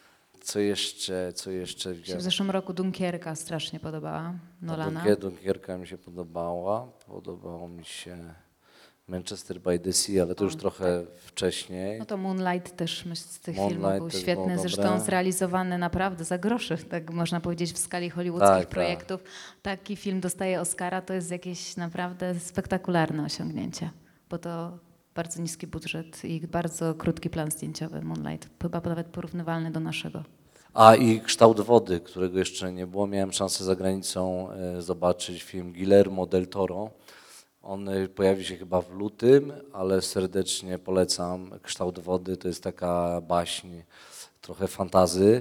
Co jeszcze, co jeszcze Się widziałem? w zeszłym roku Dunkierka strasznie podobała, Nolana. Dunkier, Dunkierka mi się podobała. Podobało mi się Manchester by the Sea, ale to już O, trochę wcześniej. No to Moonlight też myślę, z tych Moonlight filmów był też świetny, było zresztą dobre. zrealizowany naprawdę za groszy, tak można powiedzieć, w skali hollywoodzkich Tak, projektów. Taki film dostaje Oscara, to jest jakieś naprawdę spektakularne osiągnięcie, bo to bardzo niski budżet i bardzo krótki plan zdjęciowy Moonlight, chyba nawet porównywalny do naszego. A i Kształt wody, którego jeszcze nie było. Miałem szansę za granicą e, zobaczyć film Guillermo del Toro. On e, pojawi się chyba w lutym, ale serdecznie polecam. Kształt wody to jest taka baśń, trochę fantazy,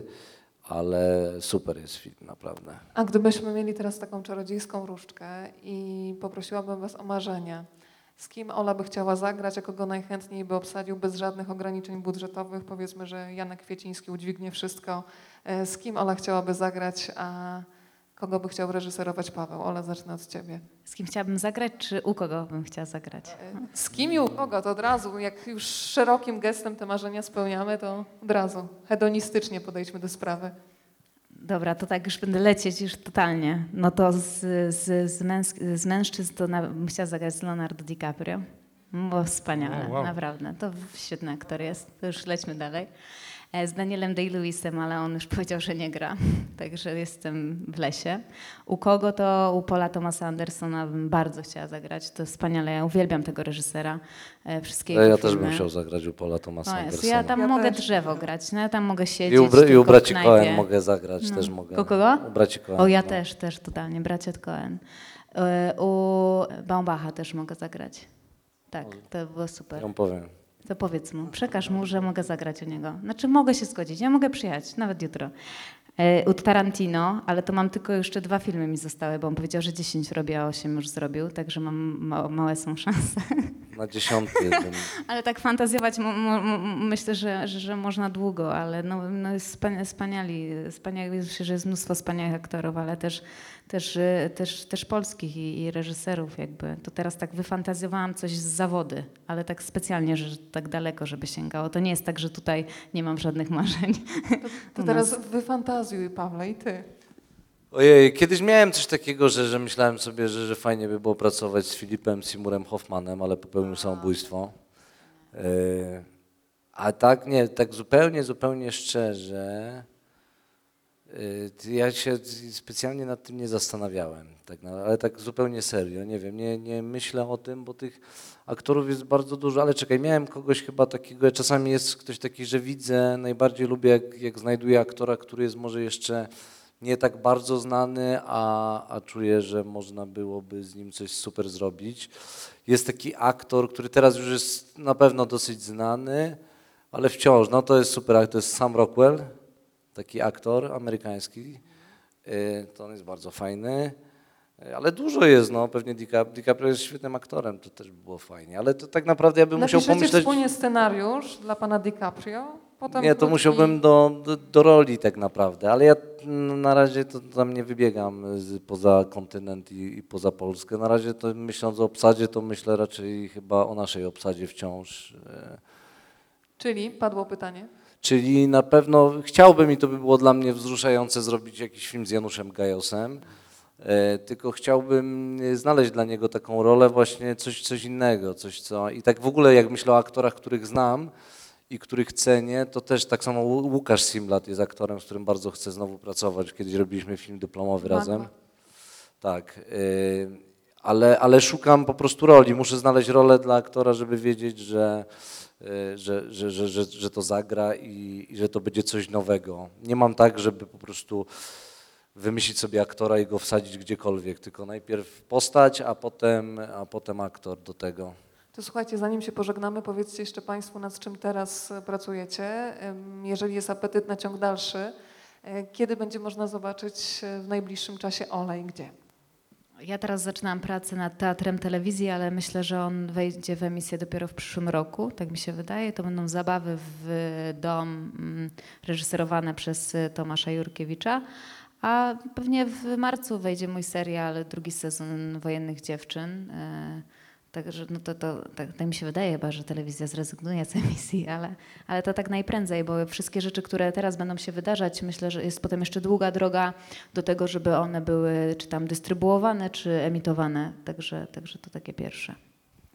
ale super jest film, naprawdę. A gdybyśmy mieli teraz taką czarodziejską różdżkę i poprosiłabym was o marzenia, z kim Ola by chciała zagrać, a kogo najchętniej by obsadził bez żadnych ograniczeń budżetowych? Powiedzmy, że Janek Kwieciński udźwignie wszystko. E, Z kim Ola chciałaby zagrać, a kogo by chciał reżyserować Paweł? Ola, zacznę od ciebie. Z kim chciałabym zagrać, czy u kogo bym chciała zagrać? E, Z kim i u kogo? To od razu, jak już szerokim gestem te marzenia spełniamy, to od razu hedonistycznie podejdźmy do sprawy. Dobra, to tak już będę lecieć już totalnie. No to z, z, z, męsk- z mężczyzn to na, bym chciała zagrać z Leonardo DiCaprio. Bo wspaniale, O, wow. naprawdę. To świetny aktor jest. To już lećmy dalej. E, Z Danielem Day-Lewisem, ale on już powiedział, że nie gra. Także jestem w lesie. U kogo to? U Paula Thomasa Andersona bym bardzo chciała zagrać. To wspaniale. Ja uwielbiam tego reżysera. E, Wszystkie Ja, jego ja też filmy. bym chciał zagrać u Paula Thomasa No jest, Andersona. ja tam Ja mogę też. drzewo grać, no ja tam mogę I siedzieć u, bra- i u tylko w braci knajpie. Coen mogę zagrać, No. też mogę. U kogo? U braci Coen. O, ja no. też, też totalnie, bracia Coen. Y, U Baumbacha też mogę zagrać. Tak, to było super. Ja mu powiem. To powiedz mu, przekaż mu, że mogę zagrać u niego. Znaczy mogę się zgodzić, ja mogę przyjechać, nawet jutro. Y, U Tarantino, ale to mam tylko jeszcze dwa filmy mi zostały, bo on powiedział, że dziesięć robi, a osiem już zrobił, także mam, ma, małe są szanse. Na dziesiąty bym... Ale tak fantazjować mo, mo, mo, myślę, że, że, że można długo, ale no, no jest wspania- wspaniali, wspaniali, myślę, że jest mnóstwo wspaniałych aktorów, ale też, też, y, też, też polskich i, i reżyserów jakby. To teraz tak wyfantazjowałam coś z zawody, ale tak specjalnie, że tak daleko, żeby sięgało. To nie jest tak, że tutaj nie mam żadnych marzeń. To U teraz nas. wyfantazjuj, Pawle, i ty. Ojej, kiedyś miałem coś takiego, że, że myślałem sobie, że, że fajnie by było pracować z Filipem Seymourem Hoffmanem, ale popełnił samobójstwo. Yy, a tak, nie, tak zupełnie, zupełnie szczerze, yy, ja się specjalnie nad tym nie zastanawiałem, tak, na- ale tak zupełnie serio, nie wiem, nie, nie myślę o tym, bo tych aktorów jest bardzo dużo, ale czekaj, miałem kogoś chyba takiego, czasami jest ktoś taki, że widzę, najbardziej lubię, jak, jak znajduję aktora, który jest może jeszcze nie tak bardzo znany, a, a czuję, że można byłoby z nim coś super zrobić. Jest taki aktor, który teraz już jest na pewno dosyć znany, ale wciąż, no to jest super aktor, to jest Sam Rockwell, taki aktor amerykański. Y, To on jest bardzo fajny, Y, ale dużo jest, no pewnie DiCap- DiCaprio jest świetnym aktorem, to też by było fajnie, ale to tak naprawdę ja bym musiał Napiszecie pomyśleć... wspólnie scenariusz dla pana DiCaprio? Potem Nie, to krótki- musiałbym do, do, do roli tak naprawdę, ale ja mm, na razie to tam nie wybiegam z, poza kontynent i, i poza Polskę. Na razie to myśląc o obsadzie, to myślę raczej chyba o naszej obsadzie wciąż. e, Czyli, padło pytanie. Czyli na pewno chciałbym i to by było dla mnie wzruszające zrobić jakiś film z Januszem Gajosem, e, tylko chciałbym e, znaleźć dla niego taką rolę właśnie coś, coś innego, coś co... I tak w ogóle jak myślę o aktorach, których znam, i których cenię, to też tak samo Ł- Łukasz Simlat jest aktorem, z którym bardzo chcę znowu pracować. Kiedyś robiliśmy film dyplomowy Magma. razem. Tak, y, ale, ale szukam po prostu roli. Muszę znaleźć rolę dla aktora, żeby wiedzieć, że, y, że, że, że, że, że to zagra i, i że to będzie coś nowego. Nie mam tak, żeby po prostu wymyślić sobie aktora i go wsadzić gdziekolwiek, tylko najpierw postać, a potem, a potem aktor do tego. To słuchajcie, zanim się pożegnamy, powiedzcie jeszcze Państwu, nad czym teraz e, pracujecie. Ym, Jeżeli jest apetyt na ciąg dalszy, e, kiedy będzie można zobaczyć e, w najbliższym czasie Olę i gdzie? Ja teraz zaczynam pracę nad teatrem telewizji, ale myślę, że on wejdzie w emisję dopiero w przyszłym roku, tak mi się wydaje. To będą zabawy w dom mm, reżyserowane przez y, Tomasza Jurkiewicza, a pewnie w marcu wejdzie mój serial, drugi sezon Wojennych Dziewczyn. Y, Także no to, to tak, tak mi się wydaje chyba, że telewizja zrezygnuje z emisji, ale, ale to tak najprędzej, bo wszystkie rzeczy, które teraz będą się wydarzać, myślę, że jest potem jeszcze długa droga do tego, żeby one były czy tam dystrybuowane, czy emitowane. Także, także to takie pierwsze.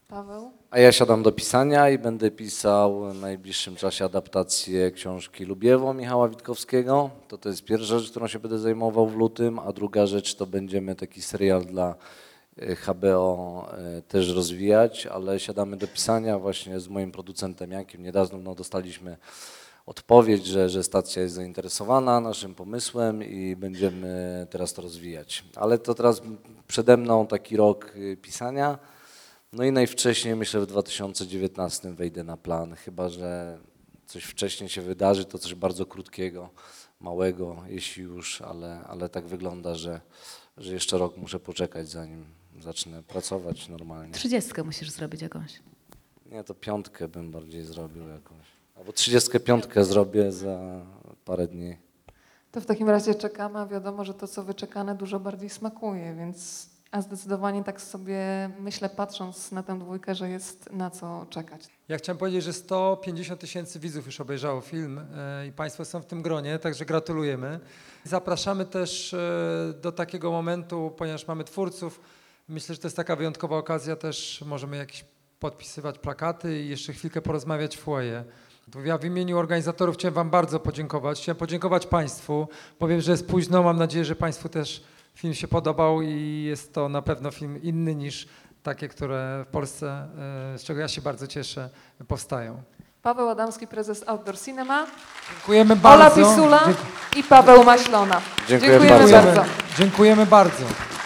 Paweł? A ja siadam do pisania i będę pisał w najbliższym czasie adaptację książki Lubiewo Michała Witkowskiego. To to jest pierwsza rzecz, którą się będę zajmował w lutym, a druga rzecz to będziemy taki serial dla H B O też rozwijać, ale siadamy do pisania właśnie z moim producentem Jankiem. Niedawno no, dostaliśmy odpowiedź, że, że stacja jest zainteresowana naszym pomysłem i będziemy teraz to rozwijać. Ale to teraz przede mną taki rok pisania. No i najwcześniej myślę w dwa tysiące dziewiętnastym wejdę na plan, chyba że coś wcześniej się wydarzy, to coś bardzo krótkiego, małego, jeśli już, ale, ale tak wygląda, że, że jeszcze rok muszę poczekać, zanim zacznę pracować normalnie. Trzydziestkę musisz zrobić jakąś. Nie, to piątkę bym bardziej zrobił jakąś. Albo trzydziestkę piątkę zrobię za parę dni. To w takim razie czekamy, a wiadomo, że to, co wyczekane, dużo bardziej smakuje, więc a zdecydowanie tak sobie myślę, patrząc na tę dwójkę, że jest na co czekać. Ja chciałem powiedzieć, że sto pięćdziesiąt tysięcy widzów już obejrzało film e, i Państwo są w tym gronie, także gratulujemy. Zapraszamy też e, do takiego momentu, ponieważ mamy twórców, myślę, że to jest taka wyjątkowa okazja, też możemy jakieś podpisywać plakaty i jeszcze chwilkę porozmawiać w foyer. Ja w imieniu organizatorów chciałem Wam bardzo podziękować. Chciałem podziękować Państwu. Powiem, że jest późno. Mam nadzieję, że Państwu też film się podobał i jest to na pewno film inny niż takie, które w Polsce, z czego ja się bardzo cieszę, powstają. Paweł Adamski, prezes Outdoor Cinema, Dziękujemy Ola bardzo. Pisula Dziękuję. i Paweł Maślona. Dziękuję Dziękujemy bardzo. bardzo. Dziękujemy bardzo.